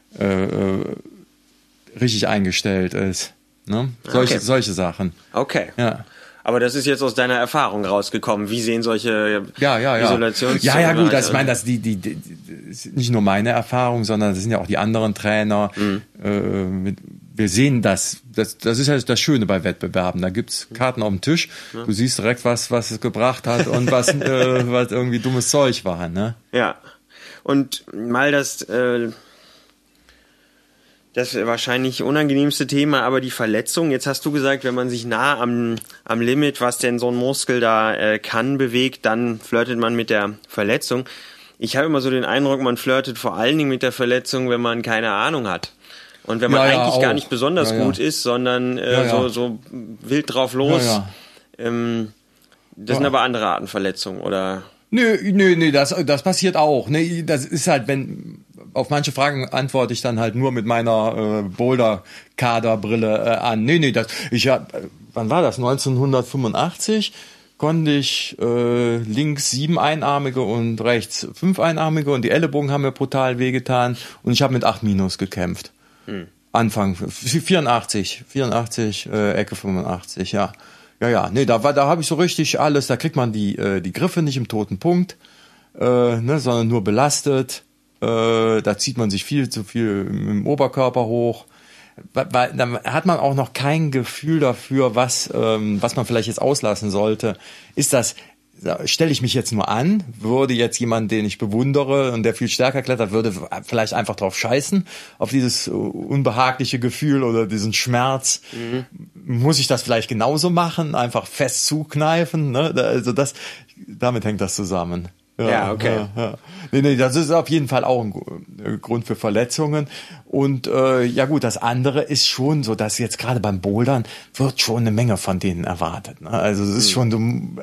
richtig eingestellt ist. Ne? Solche Sachen. Okay. Ja. Aber das ist jetzt aus deiner Erfahrung rausgekommen. Wie sehen solche Isolations... Ja, gut, ich meine, das ist nicht nur meine Erfahrung, sondern das sind ja auch die anderen Trainer. Wir sehen das ist ja das Schöne bei Wettbewerben. Da gibt's Karten auf dem Tisch. Du siehst direkt, was es gebracht hat und was irgendwie dummes Zeug war. Ne? Ja. Und mal das wahrscheinlich unangenehmste Thema, aber die Verletzung. Jetzt hast du gesagt, wenn man sich nah am Limit, was denn so ein Muskel da kann, bewegt, dann flirtet man mit der Verletzung. Ich habe immer so den Eindruck, man flirtet vor allen Dingen mit der Verletzung, wenn man keine Ahnung hat. Und wenn man eigentlich gar nicht besonders gut ist, sondern so wild drauf los. Das sind aber andere Arten Verletzungen, oder? Nö, das passiert auch. Ne, das ist halt, auf manche Fragen antworte ich dann halt nur mit meiner Boulder-Kaderbrille an. Wann war das? 1985 konnte ich links 7 Einarmige und rechts 5 Einarmige und die Ellenbogen haben mir brutal wehgetan und ich habe mit 8- gekämpft. Anfang 84, Ecke 85, ja. Ja, nee, da habe ich so richtig alles, da kriegt man die Griffe nicht im toten Punkt, sondern nur belastet. Da zieht man sich viel zu viel im Oberkörper hoch. Weil dann hat man auch noch kein Gefühl dafür, was man vielleicht jetzt auslassen sollte. Stelle ich mich jetzt nur an, würde jetzt jemand, den ich bewundere und der viel stärker klettert, würde vielleicht einfach drauf scheißen, auf dieses unbehagliche Gefühl oder diesen Schmerz. Muss ich das vielleicht genauso machen, einfach fest zukneifen, ne? Also damit hängt das zusammen. Ja, okay. Ja. Nee, das ist auf jeden Fall auch ein Grund für Verletzungen. Und gut, das andere ist schon so, dass jetzt gerade beim Bouldern wird schon eine Menge von denen erwartet. Ne? Also es ist schon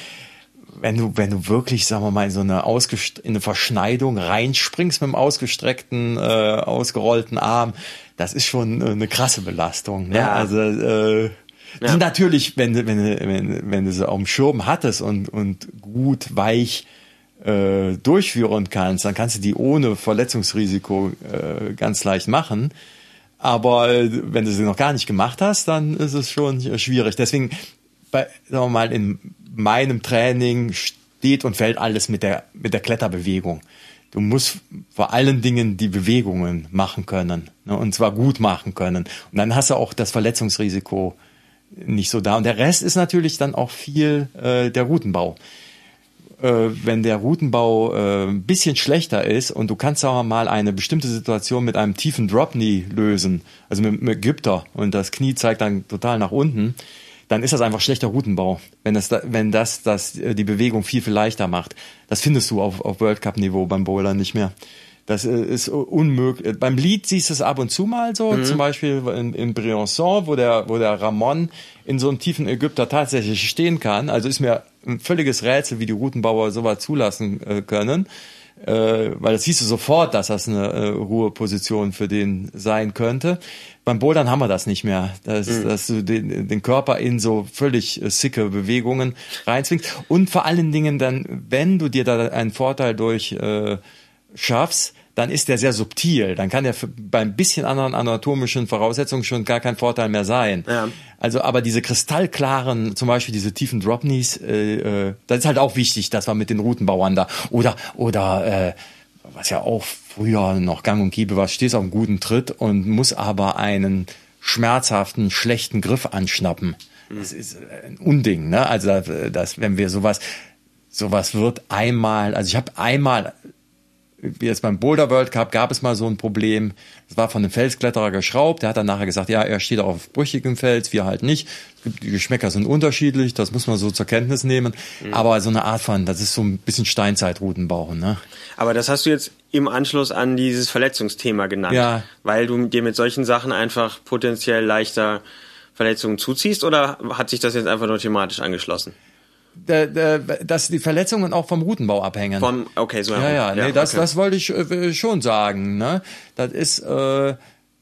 wenn du wirklich, sagen wir mal, in so eine Verschneidung reinspringst mit einem ausgestreckten, ausgerollten Arm, das ist schon eine krasse Belastung. Ne? Ja. Also natürlich, wenn du sie auf dem Schirm hattest und gut weich durchführen kannst, dann kannst du die ohne Verletzungsrisiko ganz leicht machen. Aber wenn du sie noch gar nicht gemacht hast, dann ist es schon schwierig. Deswegen, sagen wir mal, in meinem Training steht und fällt alles mit der Kletterbewegung. Du musst vor allen Dingen die Bewegungen machen können, ne, und zwar gut machen können. Und dann hast du auch das Verletzungsrisiko nicht so da. Und der Rest ist natürlich dann auch viel der Routenbau. Wenn der Routenbau ein bisschen schlechter ist und du kannst auch mal eine bestimmte Situation mit einem tiefen Drop-Knee lösen, also mit Gypter, und das Knie zeigt dann total nach unten, dann ist das einfach schlechter Routenbau, wenn das die Bewegung viel, viel leichter macht. Das findest du auf World Cup Niveau beim Bouldern nicht mehr. Das ist unmöglich. Beim Lead siehst du es ab und zu mal so, zum Beispiel in Briançon, wo der Ramon in so einem tiefen Ägypter tatsächlich stehen kann. Also ist mir ein völliges Rätsel, wie die Routenbauer sowas zulassen können. Weil das siehst du sofort, dass das eine Ruheposition für den sein könnte. Beim Bouldern haben wir das nicht mehr, dass du den Körper in so völlig sicke Bewegungen reinzwingst. Und vor allen Dingen dann, wenn du dir da einen Vorteil durch schaffst, dann ist der sehr subtil. Dann kann der bei ein bisschen anderen anatomischen Voraussetzungen schon gar kein Vorteil mehr sein. Ja. Also, aber diese kristallklaren, zum Beispiel diese tiefen Drop-Knees, das ist halt auch wichtig, dass wir mit den Routenbauern da oder was ja auch früher noch gang und gäbe war, stehst auf einem guten Tritt und muss aber einen schmerzhaften, schlechten Griff anschnappen. Das ist ein Unding, ne? Also, wenn wir sowas wird einmal, also ich habe einmal, wie jetzt beim Boulder World Cup, gab es mal so ein Problem. Es war von einem Felskletterer geschraubt. Der hat dann nachher gesagt, ja, er steht auf brüchigem Fels, wir halt nicht. Die Geschmäcker sind unterschiedlich, das muss man so zur Kenntnis nehmen. Aber so eine Art von, das ist so ein bisschen Steinzeit-Routenbau, ne? Aber das hast du jetzt im Anschluss an dieses Verletzungsthema genannt. Ja. Weil du dir mit solchen Sachen einfach potenziell leichter Verletzungen zuziehst, oder hat sich das jetzt einfach nur thematisch angeschlossen? Dass die Verletzungen auch vom Routenbau abhängen. Okay, so herum. Nee, das wollte ich schon sagen. Ne? Das ist, also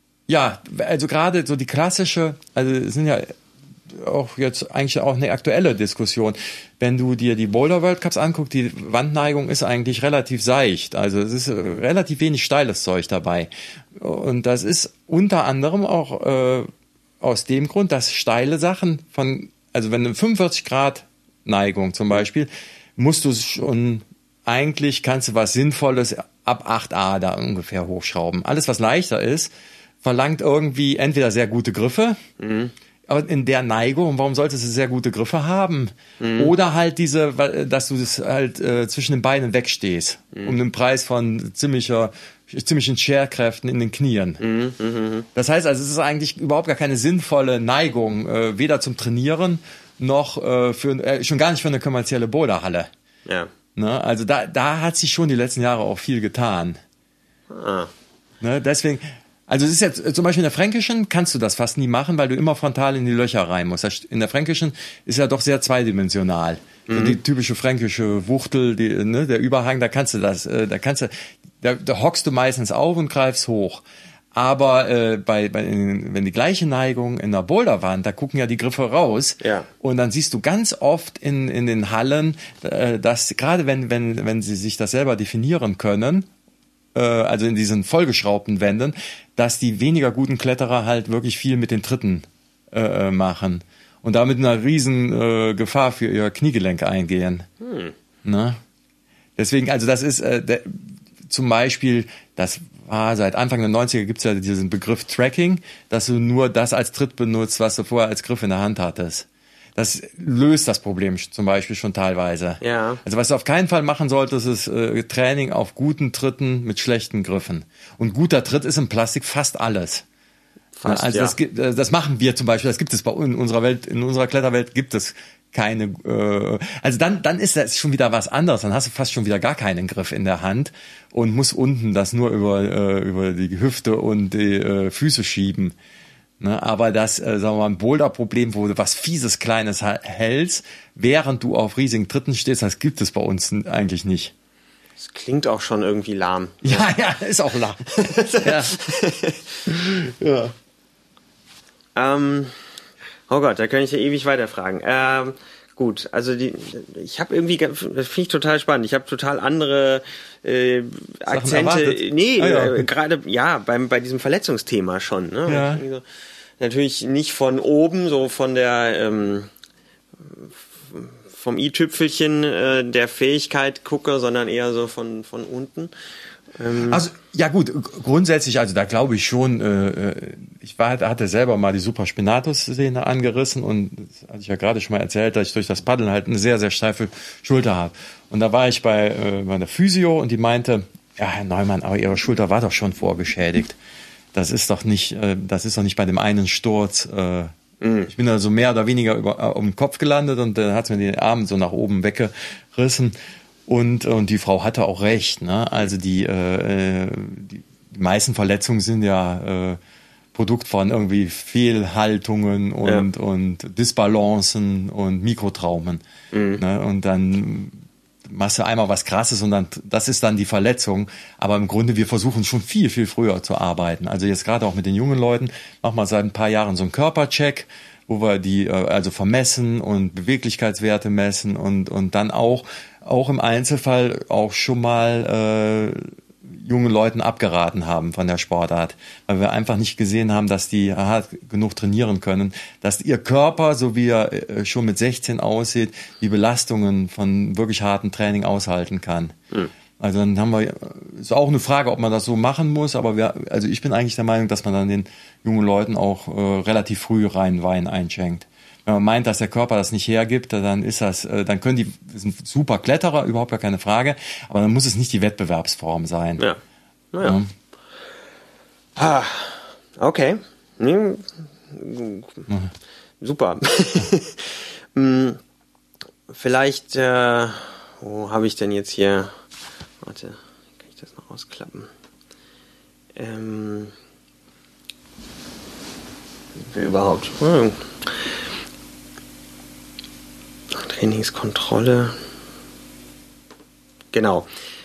gerade so die klassische, also es sind ja auch jetzt eigentlich auch eine aktuelle Diskussion. Wenn du dir die Boulder World Cups anguckst, die Wandneigung ist eigentlich relativ seicht. Also es ist relativ wenig steiles Zeug dabei. Und das ist unter anderem auch aus dem Grund, dass steile Sachen also wenn du 45 Grad Neigung zum Beispiel, musst du schon, eigentlich kannst du was Sinnvolles ab 8a da ungefähr hochschrauben. Alles, was leichter ist, verlangt irgendwie entweder sehr gute Griffe, aber in der Neigung, warum solltest du sehr gute Griffe haben? Oder halt dass du das halt zwischen den Beinen wegstehst, um den Preis von ziemlichen Scherkräften in den Knien. Das heißt also, es ist eigentlich überhaupt gar keine sinnvolle Neigung, weder zum Trainieren noch schon gar nicht für eine kommerzielle Boulderhalle. Ja. Ne? Also da hat sich schon die letzten Jahre auch viel getan. Ne? Deswegen, also es ist jetzt zum Beispiel in der Fränkischen kannst du das fast nie machen, weil du immer frontal in die Löcher rein musst. In der Fränkischen ist ja doch sehr zweidimensional. So die typische fränkische Wuchtel, der Überhang, da hockst du meistens auf und greifst hoch. Aber wenn die gleiche Neigung in der Boulderwand, da gucken ja die Griffe raus. Ja. Und dann siehst du ganz oft in den Hallen, dass gerade wenn sie sich das selber definieren können, also in diesen vollgeschraubten Wänden, dass die weniger guten Kletterer halt wirklich viel mit den Tritten machen. Und damit eine riesen Gefahr für ihr Kniegelenk eingehen. Ne? Deswegen, also das ist zum Beispiel, das war seit Anfang der 90er gibt's ja diesen Begriff Tracking, dass du nur das als Tritt benutzt, was du vorher als Griff in der Hand hattest. Das löst das Problem zum Beispiel schon teilweise. Ja. Also was du auf keinen Fall machen solltest, ist Training auf guten Tritten mit schlechten Griffen. Und guter Tritt ist im Plastik fast alles. Fast, also das machen wir zum Beispiel, das gibt es in unserer Kletterwelt gibt es keine, also dann ist das schon wieder was anderes, dann hast du fast schon wieder gar keinen Griff in der Hand und musst unten das nur über die Hüfte und die Füße schieben. Ne, aber das, sagen wir mal, ein Boulder-Problem, wo du was Fieses, Kleines hältst, während du auf riesigen Tritten stehst, das gibt es bei uns eigentlich nicht. Das klingt auch schon irgendwie lahm. Ja, ist auch lahm. Ja. Oh Gott, da kann ich ja ewig weiterfragen. Gut, also ich habe irgendwie, das finde ich total spannend. Ich habe total andere Akzente. Gerade bei diesem Verletzungsthema schon. Ne? Ja. Natürlich nicht von oben, so von der vom i-Tüpfelchen der Fähigkeit gucke, sondern eher so von unten. Also, ja gut, grundsätzlich, also da glaube ich schon, hatte selber mal die Supraspinatus-Szene angerissen und das hatte ich ja gerade schon mal erzählt, dass ich durch das Paddeln halt eine sehr, sehr steife Schulter habe. Und da war ich bei meiner Physio und die meinte, ja, Herr Neumann, aber Ihre Schulter war doch schon vorgeschädigt. Das ist doch nicht bei dem einen Sturz. Ich bin also mehr oder weniger um den Kopf gelandet und dann hat's mir den Arm so nach oben weggerissen. Und die Frau hatte auch recht, ne? Also die meisten Verletzungen sind ja Produkt von irgendwie Fehlhaltungen und Disbalancen und Mikrotraumen. Ne? Und dann machst du einmal was Krasses und dann das ist dann die Verletzung. Aber im Grunde, wir versuchen schon viel, viel früher zu arbeiten. Also jetzt gerade auch mit den jungen Leuten machen wir seit ein paar Jahren so einen Körpercheck, wo wir die also vermessen und Beweglichkeitswerte messen und dann auch im Einzelfall auch schon mal jungen Leuten abgeraten haben von der Sportart, weil wir einfach nicht gesehen haben, dass die hart genug trainieren können, dass ihr Körper, so wie er schon mit 16 aussieht, die Belastungen von wirklich hartem Training aushalten kann. Also dann haben wir, ist auch eine Frage, ob man das so machen muss, aber also ich bin eigentlich der Meinung, dass man dann den jungen Leuten auch relativ früh rein Wein einschenkt. Wenn man meint, dass der Körper das nicht hergibt, dann ist das, dann können die sind super Kletterer, überhaupt gar keine Frage, aber dann muss es nicht die Wettbewerbsform sein. Ja. Naja. Ja. Okay. Super. Vielleicht, wo habe ich denn jetzt hier? Warte, kann ich das noch ausklappen? Überhaupt. Trainingskontrolle. Genau.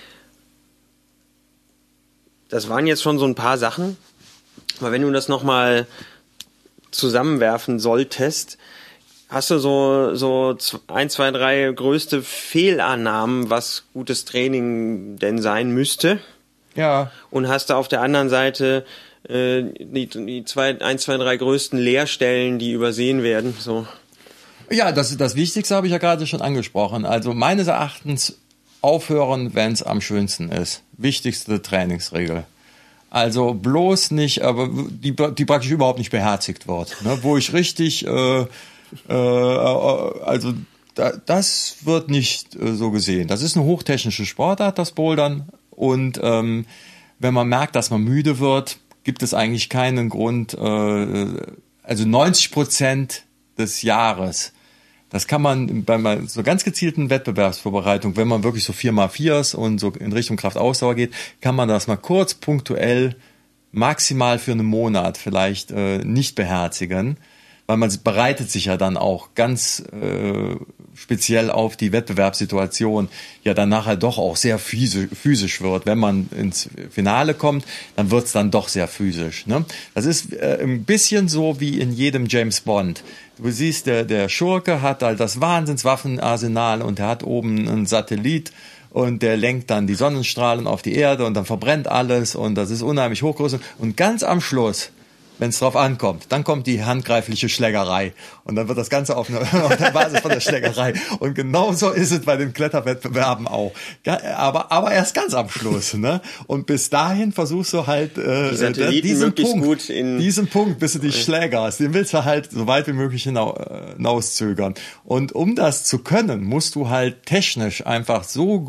Das waren jetzt schon so ein paar Sachen. Aber wenn du das nochmal zusammenwerfen solltest, hast du so 1, 2, 3 größte Fehlannahmen, was gutes Training denn sein müsste? Ja. Und hast du auf der anderen Seite die 1, 2, 3 größten Leerstellen, die übersehen werden? So. Ja, das Wichtigste habe ich ja gerade schon angesprochen. Also meines Erachtens aufhören, wenn es am schönsten ist. Wichtigste Trainingsregel. Also bloß nicht, aber die praktisch überhaupt nicht beherzigt wird. Ne? Wo ich richtig, das wird nicht so gesehen. Das ist eine hochtechnische Sportart, das Bouldern. Und wenn man merkt, dass man müde wird, gibt es eigentlich keinen Grund. Also 90% des Jahres, das kann man bei so ganz gezielten Wettbewerbsvorbereitung, wenn man wirklich so 4x4s und so in Richtung Kraftausdauer geht, kann man das mal kurz punktuell maximal für einen Monat vielleicht nicht beherzigen, weil man bereitet sich ja dann auch ganz speziell auf die Wettbewerbssituation ja dann nachher doch auch sehr physisch wird. Wenn man ins Finale kommt, dann wird's dann doch sehr physisch. Ne? Das ist ein bisschen so wie in jedem James Bond. Du siehst, der Schurke hat halt das Wahnsinnswaffenarsenal und er hat oben einen Satellit und der lenkt dann die Sonnenstrahlen auf die Erde und dann verbrennt alles und das ist unheimlich hochgroß. Und ganz am Schluss, wenn es drauf ankommt, dann kommt die handgreifliche Schlägerei und dann wird das Ganze auf der Basis von der Schlägerei. Und genauso ist es bei den Kletterwettbewerben auch. Aber erst ganz am Schluss. Ne? Und bis dahin versuchst du halt diesen Punkt, bis du dich schlägerst, den willst du halt so weit wie möglich hinauszögern. Und um das zu können, musst du halt technisch einfach so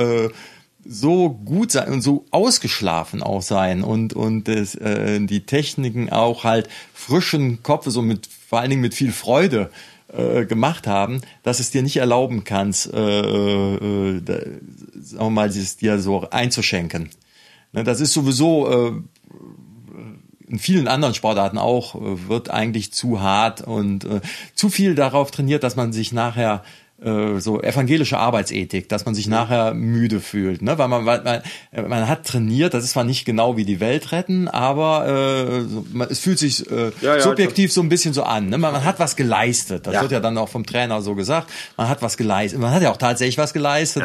gut sein und so ausgeschlafen auch sein und die Techniken auch halt frischen Kopf, so vor allen Dingen mit viel Freude gemacht haben, dass es dir nicht erlauben kannst, sagen wir mal, es dir so einzuschenken. Ne, das ist sowieso in vielen anderen Sportarten auch, wird eigentlich zu hart und zu viel darauf trainiert, dass man sich nachher so evangelische Arbeitsethik, dass man sich nachher müde fühlt, ne? Weil man hat trainiert, das ist zwar nicht genau wie die Welt retten, aber es fühlt sich subjektiv so ein bisschen so an, ne? Man hat was geleistet, das wird ja dann auch vom Trainer so gesagt, man hat was geleistet, man hat ja auch tatsächlich was geleistet.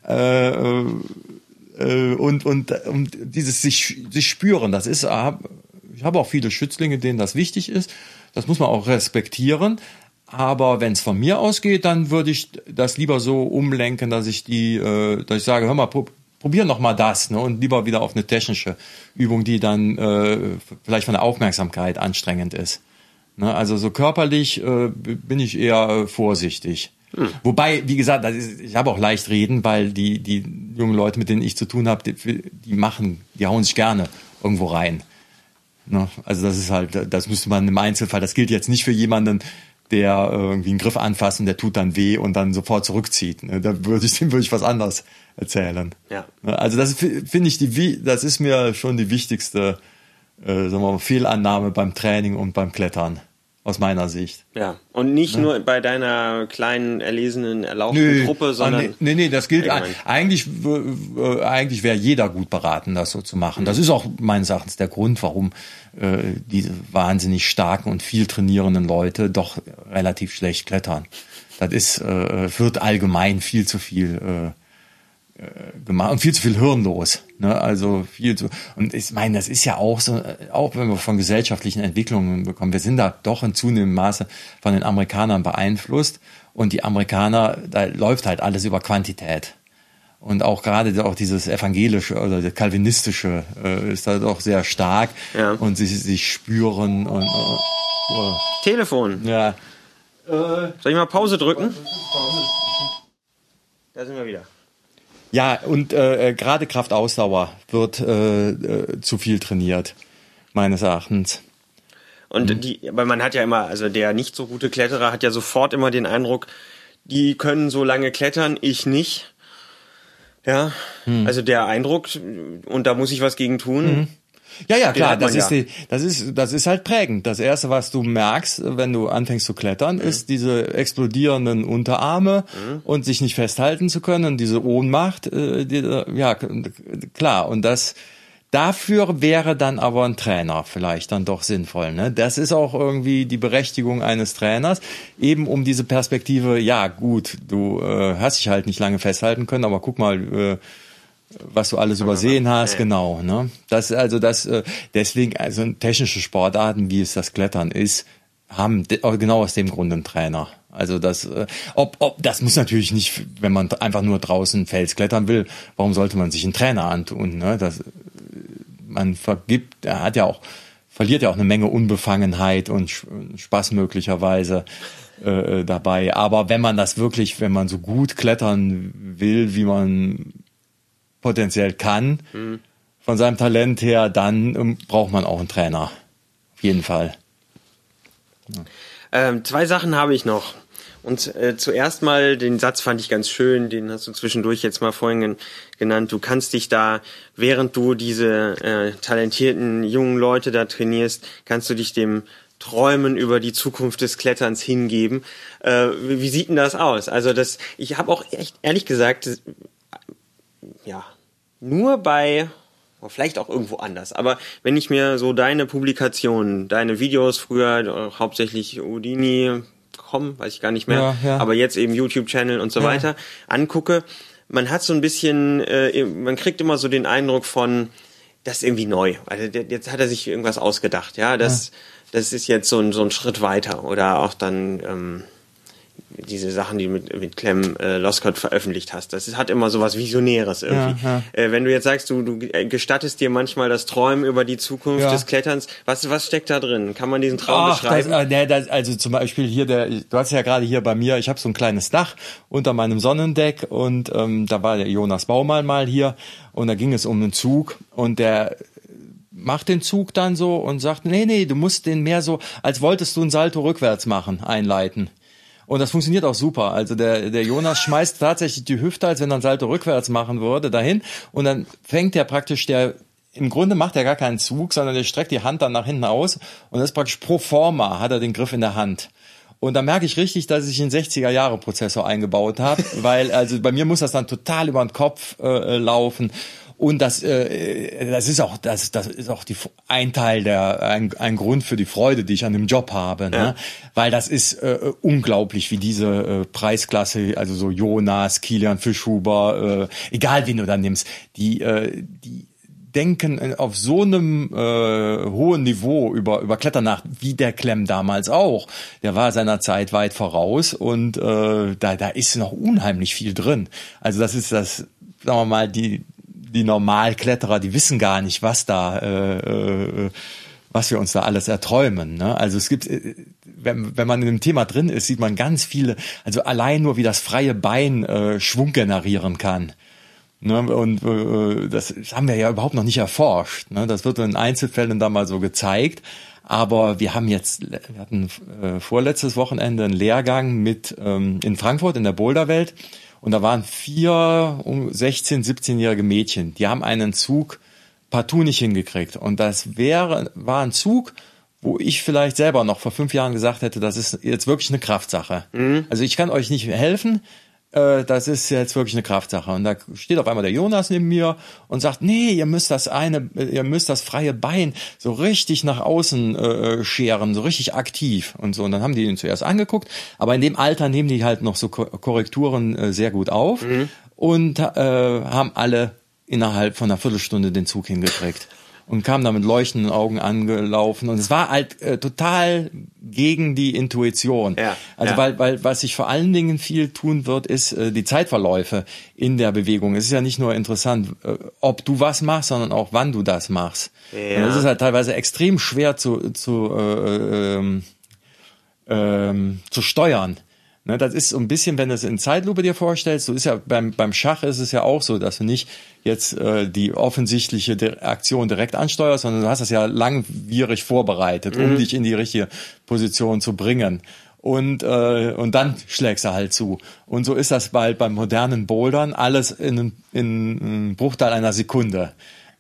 Und dieses sich spüren, das ist, ich habe auch viele Schützlinge, denen das wichtig ist, das muss man auch respektieren. Aber wenn es von mir ausgeht, dann würde ich das lieber so umlenken, dass ich sage, hör mal, probier noch mal das, ne, und lieber wieder auf eine technische Übung, die dann vielleicht von der Aufmerksamkeit anstrengend ist. Ne, also so körperlich bin ich eher vorsichtig. Wobei, wie gesagt, ich habe auch leicht reden, weil die jungen Leute, mit denen ich zu tun habe, die hauen sich gerne irgendwo rein. Ne, also das ist halt, das müsste man im Einzelfall, das gilt jetzt nicht für jemanden, der irgendwie einen Griff anfasst und der tut dann weh und dann sofort zurückzieht. Da würde ich was anderes erzählen. Ja. Also das finde ich das ist mir schon die wichtigste sagen wir mal, Fehlannahme beim Training und beim Klettern. Aus meiner Sicht. Ja, und nicht nur bei deiner kleinen, erlesenen, erlauchten Gruppe, sondern... Nee, das gilt... Eigentlich wäre jeder gut beraten, das so zu machen. Das ist auch meines Erachtens der Grund, warum diese wahnsinnig starken und viel trainierenden Leute doch relativ schlecht klettern. Das wird allgemein viel zu viel gemacht und viel zu viel hirnlos, ne? Also viel zu, und ich meine, das ist ja auch so, auch wenn wir von gesellschaftlichen Entwicklungen bekommen, wir sind da doch in zunehmendem Maße von den Amerikanern beeinflusst und die Amerikaner, da läuft halt alles über Quantität und auch gerade auch dieses evangelische oder das calvinistische ist da doch sehr stark und sie spüren und Telefon. Ja. Soll ich mal Pause drücken? Da sind wir wieder. Ja, und gerade Kraftausdauer wird zu viel trainiert, meines Erachtens. Und aber man hat ja immer, also der nicht so gute Kletterer hat ja sofort immer den Eindruck, die können so lange klettern, ich nicht. Ja, also der Eindruck, und da muss ich was gegen tun. Ja, klar, das ist halt prägend. Das erste, was du merkst, wenn du anfängst zu klettern, ist diese explodierenden Unterarme und sich nicht festhalten zu können und diese Ohnmacht, klar. Und dafür wäre dann aber ein Trainer vielleicht dann doch sinnvoll, ne? Das ist auch irgendwie die Berechtigung eines Trainers, eben um diese Perspektive, ja gut, du hast dich halt nicht lange festhalten können, aber guck mal, was du alles übersehen hast, genau, ne? Deswegen, also technische Sportarten, wie es das Klettern ist, haben genau aus dem Grund einen Trainer. Also das muss natürlich nicht, wenn man einfach nur draußen Fels klettern will, warum sollte man sich einen Trainer antun, ne? Verliert ja auch eine Menge Unbefangenheit und Spaß möglicherweise dabei. Aber wenn man so gut klettern will, wie man potenziell kann, von seinem Talent her, dann braucht man auch einen Trainer. Auf jeden Fall. Ja. 2 Sachen habe ich noch. Und zuerst mal, den Satz fand ich ganz schön, den hast du zwischendurch jetzt mal vorhin genannt. Du kannst dich da, während du diese talentierten jungen Leute da trainierst, kannst du dich dem Träumen über die Zukunft des Kletterns hingeben. Wie sieht denn das aus? Also ich habe auch echt, ehrlich gesagt, nur vielleicht auch irgendwo anders, aber wenn ich mir so deine Publikationen, deine Videos früher, hauptsächlich Udini.com, weiß ich gar nicht mehr, aber jetzt eben YouTube-Channel und so weiter, angucke, man hat so ein bisschen, man kriegt immer so den Eindruck von, das ist irgendwie neu. Also jetzt hat er sich irgendwas ausgedacht, das ist jetzt so ein Schritt weiter. Oder auch dann diese Sachen, die mit Clem Loskott veröffentlicht hast. Das hat immer so was Visionäres irgendwie. Wenn du jetzt sagst, du gestattest dir manchmal das Träumen über die Zukunft des Kletterns, was steckt da drin? Kann man diesen Traum beschreiben? Also zum Beispiel hier, du hast ja gerade hier bei mir, ich habe so ein kleines Dach unter meinem Sonnendeck und da war der Jonas Baumann mal hier und da ging es um einen Zug und der macht den Zug dann so und sagt, nee, du musst den mehr so, als wolltest du einen Salto rückwärts machen, einleiten. Und das funktioniert auch super. Also der Jonas schmeißt tatsächlich die Hüfte, als wenn er einen Salto rückwärts machen würde, dahin. Und dann fängt er praktisch im Grunde macht er gar keinen Zug, sondern der streckt die Hand dann nach hinten aus. Und das ist praktisch pro forma, hat er den Griff in der Hand. Und da merke ich richtig, dass ich einen 60er-Jahre-Prozessor eingebaut habe, weil also bei mir muss das dann total über den Kopf laufen. Und das ist auch ein Grund für die Freude, die ich an dem Job habe, ne? Weil das ist unglaublich, wie diese Preisklasse, also so Jonas, Kilian Fischhuber, egal wen du da nimmst, die denken auf so einem hohen Niveau über Klettern nach, wie der Clem damals auch. Der war seiner Zeit weit voraus und da ist noch unheimlich viel drin. Also das ist das, sagen wir mal, die Normalkletterer, die wissen gar nicht, was wir uns da alles erträumen, ne? Also es gibt, wenn man in dem Thema drin ist, sieht man ganz viele, also allein nur wie das freie Bein Schwung generieren kann. Ne? Und das haben wir ja überhaupt noch nicht erforscht. Ne? Das wird in Einzelfällen da mal so gezeigt. Aber wir hatten vorletztes Wochenende einen Lehrgang in Frankfurt in der Boulderwelt. Und da waren 4 16-, 17-jährige Mädchen, die haben einen Zug partout nicht hingekriegt. Und das war ein Zug, wo ich vielleicht selber noch vor 5 Jahren gesagt hätte, das ist jetzt wirklich eine Kraftsache. Also ich kann euch nicht helfen, das ist jetzt wirklich eine Kraftsache. Und da steht auf einmal der Jonas neben mir und sagt, nee, ihr müsst das freie Bein so richtig nach außen scheren, so richtig aktiv und so. Und dann haben die ihn zuerst angeguckt, aber in dem Alter nehmen die halt noch so Korrekturen sehr gut auf und haben alle innerhalb von einer Viertelstunde den Zug hingekriegt. Und kam da mit leuchtenden Augen angelaufen. Und es war halt total gegen die Intuition. Weil was sich vor allen Dingen viel tun wird, ist die Zeitverläufe in der Bewegung. Es ist ja nicht nur interessant, ob du was machst, sondern auch wann du das machst. Und das ist halt teilweise extrem schwer zu steuern. Ne, das ist so ein bisschen, wenn du es in Zeitlupe dir vorstellst, so ist ja beim Schach ist es ja auch so, dass du nicht jetzt die offensichtliche Aktion direkt ansteuerst, sondern du hast das ja langwierig vorbereitet, um dich in die richtige Position zu bringen. Und dann schlägst du halt zu. Und so ist das bald beim modernen Bouldern alles in einem Bruchteil einer Sekunde.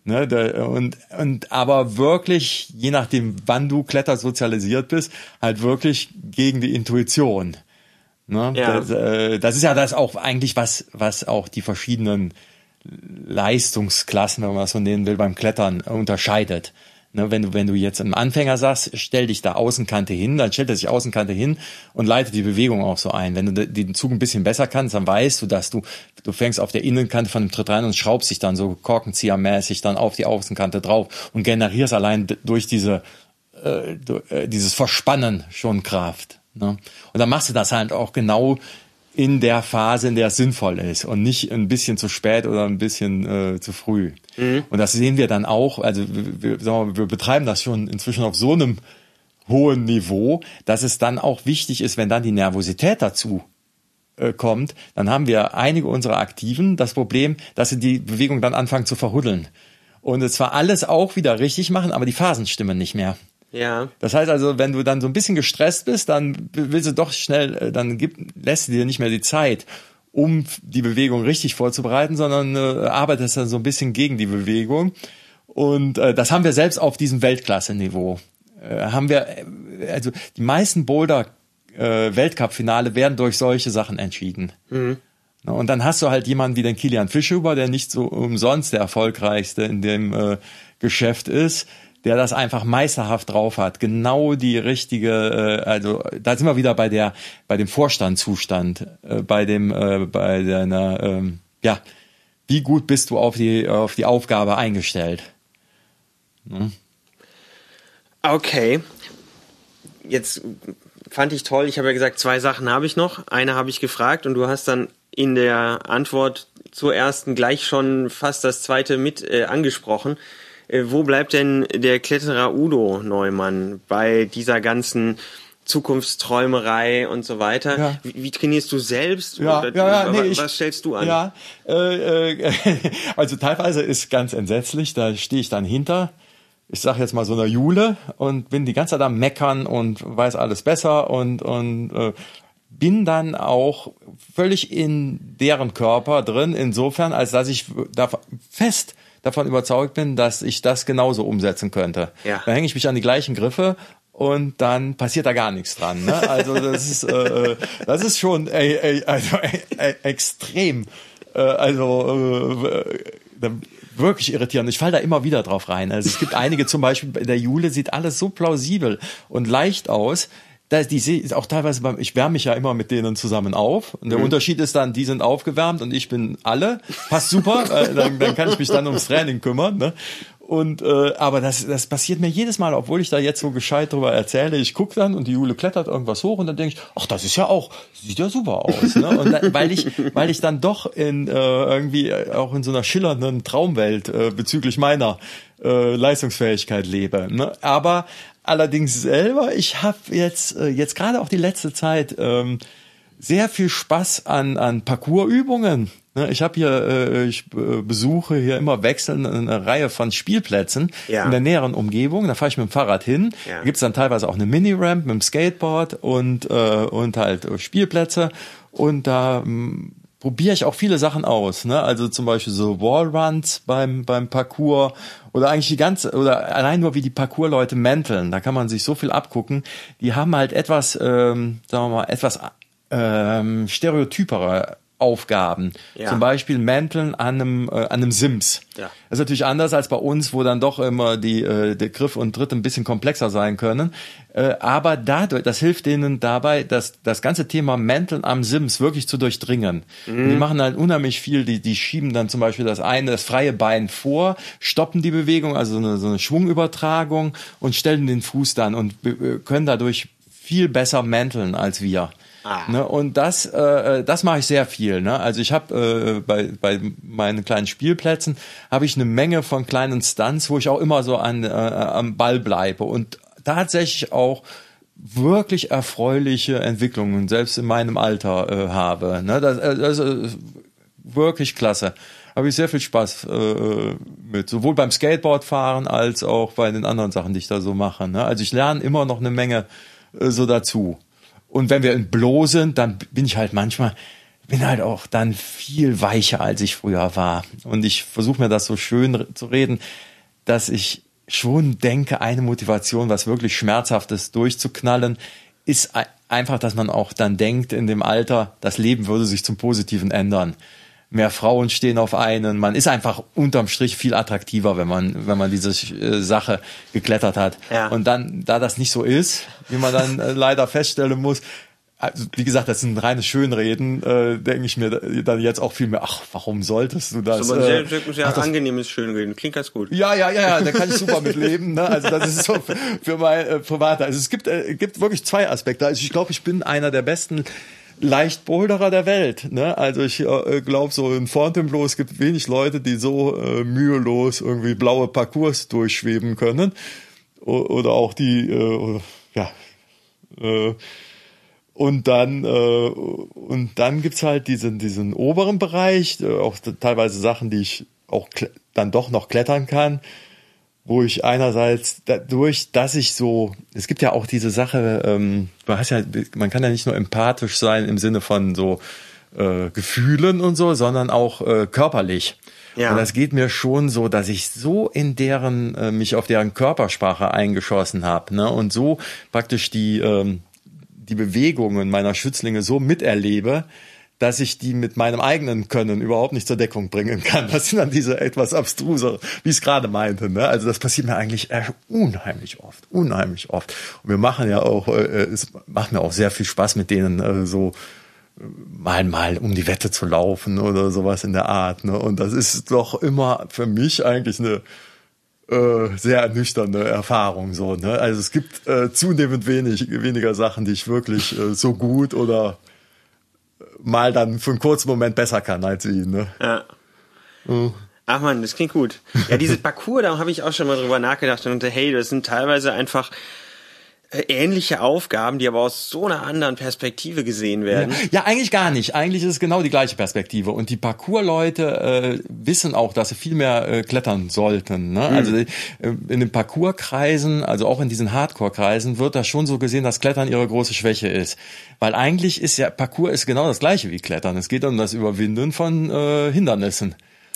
Ne, aber wirklich, je nachdem, wann du klettersozialisiert bist, halt wirklich gegen die Intuition. Ne? Ja. Das ist ja das auch eigentlich, was auch die verschiedenen Leistungsklassen, wenn man das so nennen will, beim Klettern unterscheidet. Ne, wenn du jetzt einem Anfänger sagst, stell dich da Außenkante hin, dann stellt er sich Außenkante hin und leitet die Bewegung auch so ein. Wenn du den Zug ein bisschen besser kannst, dann weißt du, dass du fängst auf der Innenkante von dem Tritt rein und schraubst dich dann so korkenziehermäßig dann auf die Außenkante drauf und generierst allein durch dieses Verspannen schon Kraft. Ne? Und dann machst du das halt auch genau in der Phase, in der es sinnvoll ist und nicht ein bisschen zu spät oder ein bisschen zu früh. Mhm. Und das sehen wir dann auch, also wir betreiben das schon inzwischen auf so einem hohen Niveau, dass es dann auch wichtig ist, wenn dann die Nervosität dazu kommt, dann haben wir einige unserer Aktiven das Problem, dass sie die Bewegung dann anfangen zu verhuddeln. Und es zwar alles auch wieder richtig machen, aber die Phasen stimmen nicht mehr. Ja. Das heißt also, wenn du dann so ein bisschen gestresst bist, dann willst du doch schnell, lässt du dir nicht mehr die Zeit, um die Bewegung richtig vorzubereiten, sondern arbeitest dann so ein bisschen gegen die Bewegung. Und das haben wir selbst auf diesem Weltklasse-Niveau. Also die meisten Boulder-Weltcup-Finale werden durch solche Sachen entschieden. Mhm. Und dann hast du halt jemanden wie den Kilian Fischhuber, der nicht so umsonst der erfolgreichste in dem Geschäft ist, der das einfach meisterhaft drauf hat. Genau die richtige, also da sind wir wieder bei dem Vorstandzustand, wie gut bist du auf die Aufgabe eingestellt? Hm? Okay. Jetzt fand ich toll, ich habe ja gesagt, 2 Sachen habe ich noch. Eine habe ich gefragt und du hast dann in der Antwort zur ersten gleich schon fast das zweite mit angesprochen. Wo bleibt denn der Kletterer Udo Neumann bei dieser ganzen Zukunftsträumerei und so weiter? Ja. Wie trainierst du selbst? Was stellst du an? Ja, also teilweise ist ganz entsetzlich, da stehe ich dann hinter, ich sag jetzt mal so einer Jule und bin die ganze Zeit am Meckern und weiß alles besser und bin dann auch völlig in deren Körper drin, insofern, als dass ich da fest davon überzeugt bin, dass ich das genauso umsetzen könnte. Ja. Da hänge ich mich an die gleichen Griffe und dann passiert da gar nichts dran. Ne? Also das ist schon extrem, wirklich irritierend. Ich falle da immer wieder drauf rein. Also es gibt einige, zum Beispiel bei der Jule sieht alles so plausibel und leicht aus. Die auch teilweise ich wärme mich ja immer mit denen zusammen auf. Und der Unterschied ist dann, die sind aufgewärmt und ich bin alle. Passt super. Dann kann ich mich dann ums Training kümmern. Ne? Und aber das passiert mir jedes Mal, obwohl ich da jetzt so gescheit drüber erzähle. Ich gucke dann und die Jule klettert irgendwas hoch und dann denke ich, ach, das ist ja sieht ja super aus. Ne? Und dann, weil ich dann doch irgendwie auch in so einer schillernden Traumwelt bezüglich meiner Leistungsfähigkeit lebe. Ne? Aber allerdings selber, ich habe jetzt gerade auch die letzte Zeit sehr viel Spaß an Parcoursübungen. Ich habe ich besuche hier immer wechselnd eine Reihe von Spielplätzen in der näheren Umgebung. Da fahre ich mit dem Fahrrad hin. Ja. Da gibt's dann teilweise auch eine Mini-Ramp mit dem Skateboard und halt Spielplätze. Und da probiere ich auch viele Sachen aus, ne? Also zum Beispiel so Wallruns beim Parcours oder eigentlich oder allein nur wie die Parcours-Leute mänteln. Da kann man sich so viel abgucken. Die haben halt etwas, sagen wir mal, etwas stereotypere Aufgaben. Ja. Zum Beispiel Mänteln an einem Sims. Ja. Das ist natürlich anders als bei uns, wo dann doch immer der Griff und Tritt ein bisschen komplexer sein können. Aber dadurch, das hilft denen dabei, das ganze Thema Mänteln am Sims wirklich zu durchdringen. Mhm. Die machen halt unheimlich viel, die schieben dann zum Beispiel das freie Bein vor, stoppen die Bewegung, also so eine Schwungübertragung und stellen den Fuß dann und können dadurch viel besser mänteln als wir. Ne, und das mache ich sehr viel. Ne? Also ich habe bei meinen kleinen Spielplätzen habe ich eine Menge von kleinen Stunts, wo ich auch immer so am Ball bleibe und tatsächlich auch wirklich erfreuliche Entwicklungen selbst in meinem Alter habe. Ne? Das ist wirklich klasse. Habe ich sehr viel Spaß mit, sowohl beim Skateboardfahren als auch bei den anderen Sachen, die ich da so mache. Ne? Also ich lerne immer noch eine Menge so dazu. Und wenn wir in Bloh sind, dann bin ich halt manchmal, bin halt auch dann viel weicher, als ich früher war. Und ich versuche mir das so schön zu reden, dass ich schon denke, eine Motivation, was wirklich Schmerzhaftes durchzuknallen, ist einfach, dass man auch dann denkt in dem Alter, das Leben würde sich zum Positiven ändern. Mehr Frauen stehen auf einen. Man ist einfach unterm Strich viel attraktiver, wenn man diese Sache geklettert hat. Ja. Und dann, da das nicht so ist, wie man dann leider feststellen muss, also wie gesagt, das sind reine Schönreden, denke ich mir dann jetzt auch viel mehr, ach, warum solltest du das? Das ist aber ein sehr angenehmes Schönreden, klingt ganz gut. Ja, da kann ich super mit leben. Ne? Also das ist so für mein Private. Also es gibt wirklich zwei Aspekte. Also ich glaube, ich bin einer der besten Leichtboulderer der Welt. Ne? Also ich glaube, so in Fontainebleau, es gibt wenig Leute, die so mühelos irgendwie blaue Parcours durchschweben können. Oder auch die, Und dann gibt's halt diesen oberen Bereich, auch teilweise Sachen, die ich auch dann doch noch klettern kann, wo ich einerseits dadurch, dass ich so, es gibt ja auch diese Sache, man kann ja nicht nur empathisch sein im Sinne von so Gefühlen und so, sondern auch körperlich. Ja. Und das geht mir schon so, dass ich so mich auf deren Körpersprache eingeschossen habe, ne, und so praktisch die Bewegungen meiner Schützlinge so miterlebe, dass ich die mit meinem eigenen Können überhaupt nicht zur Deckung bringen kann. Das sind dann diese etwas abstruse, wie ich es gerade meinte. Ne? Also das passiert mir eigentlich unheimlich oft. Und wir machen ja auch, es macht mir auch sehr viel Spaß mit denen so mal um die Wette zu laufen oder sowas in der Art. Ne? Und das ist doch immer für mich eigentlich eine sehr ernüchternde Erfahrung. So, ne? Also es gibt zunehmend weniger Sachen, die ich wirklich so gut oder mal dann für einen kurzen Moment besser kann als ihn. Ne? Ja. Ach man, das klingt gut. Ja, dieses Parcours, da habe ich auch schon mal drüber nachgedacht und dachte, hey, das sind teilweise einfach ähnliche Aufgaben, die aber aus so einer anderen Perspektive gesehen werden. Ja, eigentlich gar nicht. Eigentlich ist es genau die gleiche Perspektive. Und die Parkour-Leute wissen auch, dass sie viel mehr klettern sollten. Ne? Also in den Parkour-Kreisen, also auch in diesen Hardcore-Kreisen, wird das schon so gesehen, dass Klettern ihre große Schwäche ist. Weil eigentlich ist ja Parkour ist genau das gleiche wie Klettern. Es geht um das Überwinden von Hindernissen.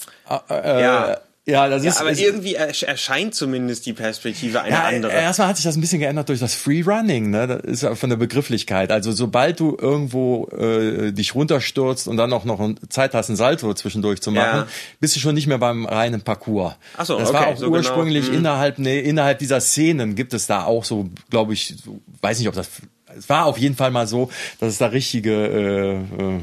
Ja, aber irgendwie erscheint zumindest die Perspektive eine andere. Erstmal hat sich das ein bisschen geändert durch das Freerunning, ne? Das ist ja von der Begrifflichkeit. Also sobald du irgendwo dich runterstürzt und dann auch noch Zeit hast, ein Salto zwischendurch zu machen, bist du schon nicht mehr beim reinen Parcours. Ach so, das okay, war auch so ursprünglich genau. innerhalb dieser Szenen gibt es da auch so, glaube ich, weiß nicht, ob das, es war auf jeden Fall mal so, dass es da richtige,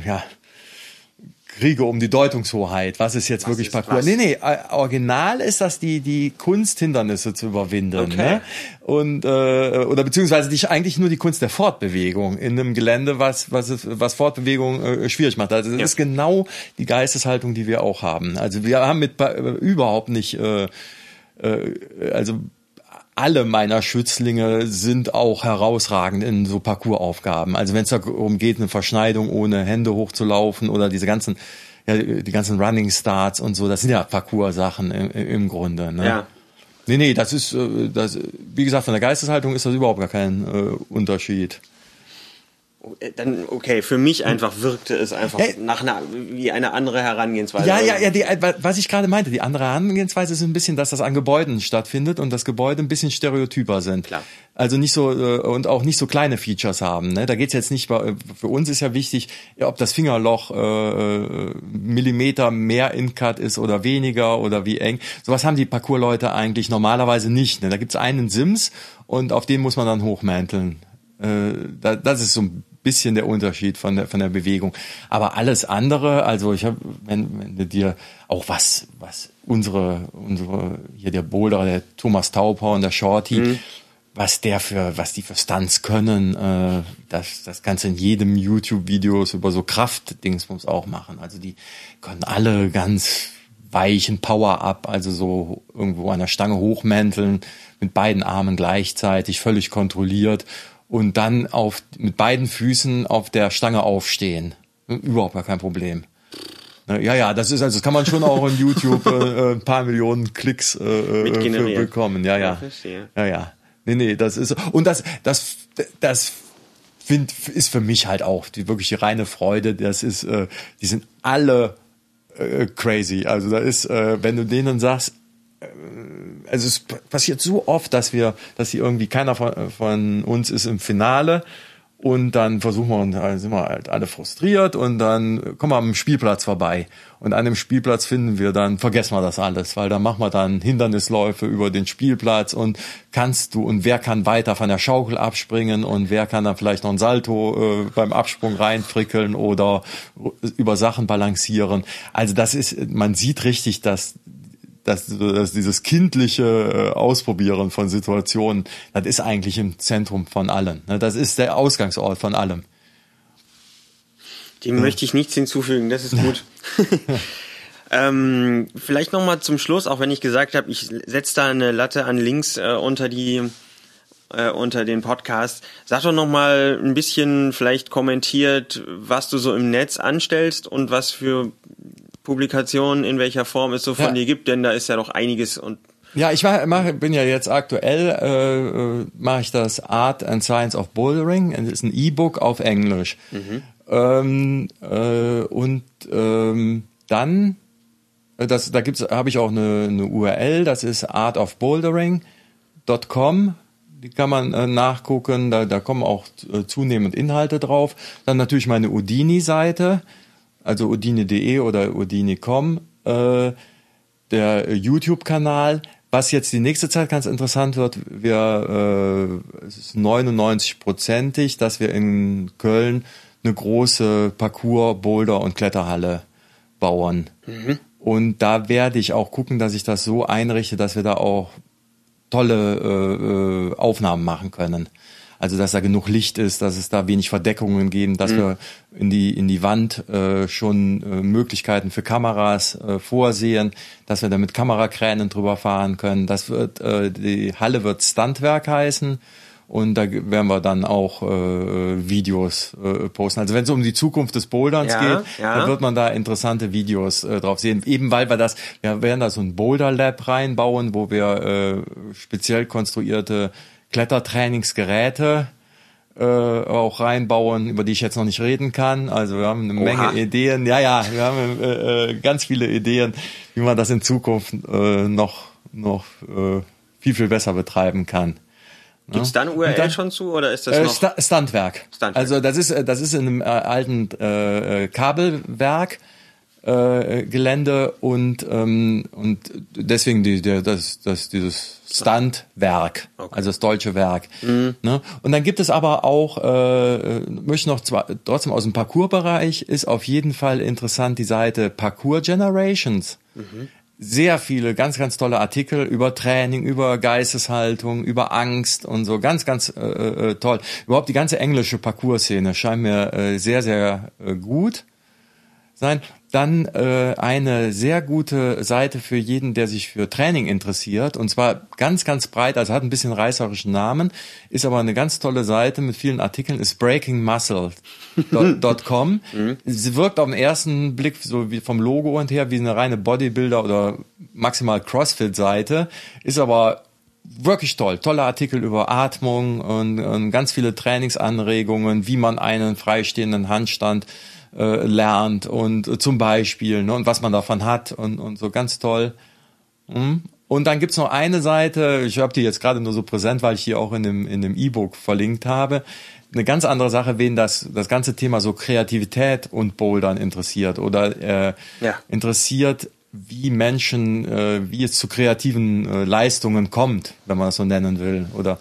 Kriege um die Deutungshoheit. Was ist jetzt wirklich Parcours? Nee, original ist das die Kunst, Hindernisse zu überwinden. Okay. Ne? Und oder beziehungsweise eigentlich nur die Kunst der Fortbewegung in einem Gelände, was Fortbewegung schwierig macht. Also das ist genau die Geisteshaltung, die wir auch haben. Also wir haben überhaupt nicht, also alle meiner Schützlinge sind auch herausragend in so Parcoursaufgaben. Also wenn es darum geht, eine Verschneidung ohne Hände hochzulaufen oder die ganzen Running Starts und so, das sind ja Parcours-Sachen im Grunde. Ne? Ja. Nee, das ist, wie gesagt, von der Geisteshaltung ist das überhaupt gar kein Unterschied. Dann, okay, für mich einfach wirkte es einfach wie eine andere Herangehensweise. Was ich gerade meinte, die andere Herangehensweise ist ein bisschen, dass das an Gebäuden stattfindet und das Gebäude ein bisschen stereotyper sind. Klar. Also nicht so, und auch nicht so kleine Features haben. Ne? Da geht's jetzt nicht, für uns ist ja wichtig, ob das Fingerloch Millimeter mehr In-Cut ist oder weniger oder wie eng. Sowas haben die Parkour-Leute eigentlich normalerweise nicht. Ne? Da gibt's einen Sims und auf den muss man dann hochmänteln. Das ist so ein bisschen der Unterschied von der Bewegung. Aber alles andere, also wenn du dir auch was unsere hier der Boulderer, der Thomas Taubau und der Shorty, was die für Stunts können, das kannst du in jedem YouTube-Videos über so Kraft-Dingsbums auch machen. Also die können alle ganz weichen Power-Up, also so irgendwo an der Stange hochmänteln, mit beiden Armen gleichzeitig, völlig kontrolliert. Und dann mit beiden Füßen auf der Stange aufstehen. Überhaupt gar kein Problem. Ja, das kann man schon auch in YouTube ein paar Millionen Klicks für bekommen. Ja. Nee, das ist, und das ist für mich halt auch die wirkliche reine Freude. Das ist, die sind alle crazy. Also da ist, wenn du denen sagst, also es passiert so oft, dass hier irgendwie keiner von uns ist im Finale und dann versuchen wir und dann sind wir halt alle frustriert und dann kommen wir am Spielplatz vorbei und an dem Spielplatz vergessen wir das alles, weil da machen wir dann Hindernisläufe über den Spielplatz und wer kann weiter von der Schaukel abspringen und wer kann dann vielleicht noch ein Salto beim Absprung reinfrickeln oder über Sachen balancieren. Also man sieht richtig, dass dieses kindliche Ausprobieren von Situationen, das ist eigentlich im Zentrum von allem. Das ist der Ausgangsort von allem. Dem möchte ich nichts hinzufügen, das ist gut. Vielleicht nochmal zum Schluss, auch wenn ich gesagt habe, ich setze da eine Latte an Links unter den Podcast. Sag doch nochmal ein bisschen vielleicht kommentiert, was du so im Netz anstellst und was für Publikationen, in welcher Form es so von dir gibt, denn da ist ja doch einiges. Und ja, bin ja jetzt aktuell, mache ich das Art and Science of Bouldering, das ist ein E-Book auf Englisch. Dann, habe ich auch eine URL, das ist artofbouldering.com. Die kann man nachgucken, da kommen auch zunehmend Inhalte drauf. Dann natürlich meine Udini-Seite, also udini.de oder udini.com, der YouTube-Kanal. Was jetzt die nächste Zeit ganz interessant wird, es ist 99%ig, dass wir in Köln eine große Parcours-, Boulder- und Kletterhalle bauen. Und da werde ich auch gucken, dass ich das so einrichte, dass wir da auch tolle Aufnahmen machen können. Also dass da genug Licht ist, dass es da wenig Verdeckungen geben, dass wir in die Wand schon Möglichkeiten für Kameras vorsehen, dass wir da mit Kamerakränen drüber fahren können. Die Halle wird Stuntwerk heißen und da werden wir dann auch Videos posten. Also wenn es um die Zukunft des Boulderns geht, dann wird man da interessante Videos drauf sehen. Eben weil wir werden da so ein Boulder Lab reinbauen, wo wir speziell konstruierte Klettertrainingsgeräte auch reinbauen, über die ich jetzt noch nicht reden kann. Also wir haben eine Menge Ideen. Wir haben ganz viele Ideen, wie man das in Zukunft noch viel, viel besser betreiben kann. Gibt's da eine URL schon zu oder ist das noch? Stuntwerk. Also das ist in einem alten Kabelwerk Gelände und deswegen dieses Stuntwerk, also das deutsche Werk. Ne? Und dann gibt es aber auch, möchte noch trotzdem aus dem Parcours-Bereich, ist auf jeden Fall interessant die Seite Parcours Generations. Sehr viele ganz, ganz tolle Artikel über Training, über Geisteshaltung, über Angst und so. Ganz, ganz toll. Überhaupt die ganze englische Parcours-Szene scheint mir sehr, sehr gut sein. Dann eine sehr gute Seite für jeden, der sich für Training interessiert. Und zwar ganz, ganz breit, also hat ein bisschen reißerischen Namen, ist aber eine ganz tolle Seite mit vielen Artikeln, ist breakingmuscle.com. Sie wirkt auf den ersten Blick so wie vom Logo und her wie eine reine Bodybuilder- oder maximal Crossfit-Seite, ist aber wirklich toll. Tolle Artikel über Atmung und ganz viele Trainingsanregungen, wie man einen freistehenden Handstand lernt und zum Beispiel, ne, und was man davon hat und so ganz toll. Und dann gibt's noch eine Seite, ich habe die jetzt gerade nur so präsent, weil ich hier auch in dem E-Book verlinkt habe. Eine ganz andere Sache, wen das ganze Thema so Kreativität und Bouldern interessiert oder interessiert, wie Menschen, wie es zu kreativen Leistungen kommt, wenn man das so nennen will. Oder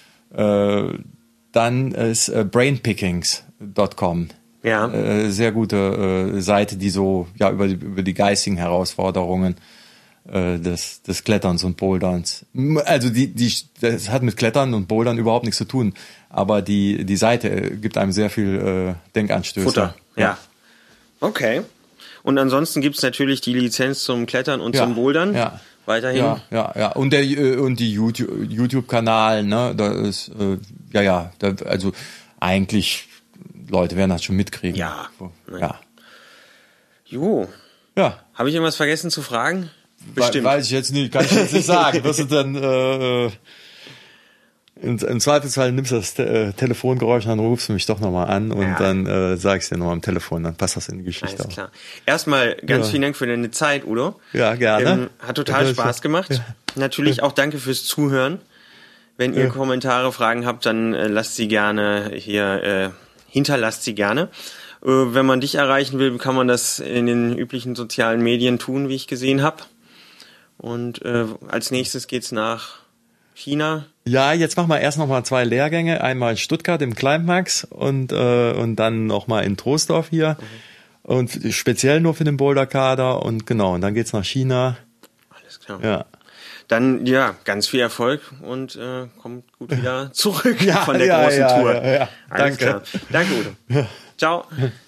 dann ist brainpickings.com. Sehr gute Seite, die so über die geistigen Herausforderungen des Kletterns und Boulderns. Also das hat mit Klettern und Bouldern überhaupt nichts zu tun, aber die Seite gibt einem sehr viel Denkanstöße. Futter, ja. Okay. Und ansonsten gibt's natürlich die Lizenz zum Klettern und zum Bouldern. Ja. Weiterhin. Ja. Und die YouTube-Kanal, ne, da ist also eigentlich Leute werden das schon mitkriegen. Ja. Ja. Jo. Ja. Habe ich irgendwas vergessen zu fragen? Bestimmt. Weiß ich jetzt nicht, kann ich jetzt nicht sagen. Was ist denn, Im Zweifelsfall nimmst du das Telefongeräusch und dann rufst du mich doch nochmal an und dann sag ich dir nochmal am Telefon, dann passt das in die Geschichte. Alles klar. Erstmal ganz vielen Dank für deine Zeit, Udo. Ja, gerne. Hat total Spaß gemacht. Ja. Natürlich auch danke fürs Zuhören. Wenn ihr Kommentare, Fragen habt, dann lasst sie gerne hier, hinterlasst sie gerne. Wenn man dich erreichen will, kann man das in den üblichen sozialen Medien tun, wie ich gesehen habe. Und als nächstes geht's nach China. Ja, jetzt machen wir erst noch mal 2 Lehrgänge. Einmal in Stuttgart im Kleinmax und dann noch mal in Troisdorf hier. Und speziell nur für den Boulderkader. Und genau, und dann geht's nach China. Alles klar. Ja. Dann, ganz viel Erfolg und kommt gut wieder zurück von der großen Tour. Ja. Alles Danke. Klar. Danke, Udo. Ciao.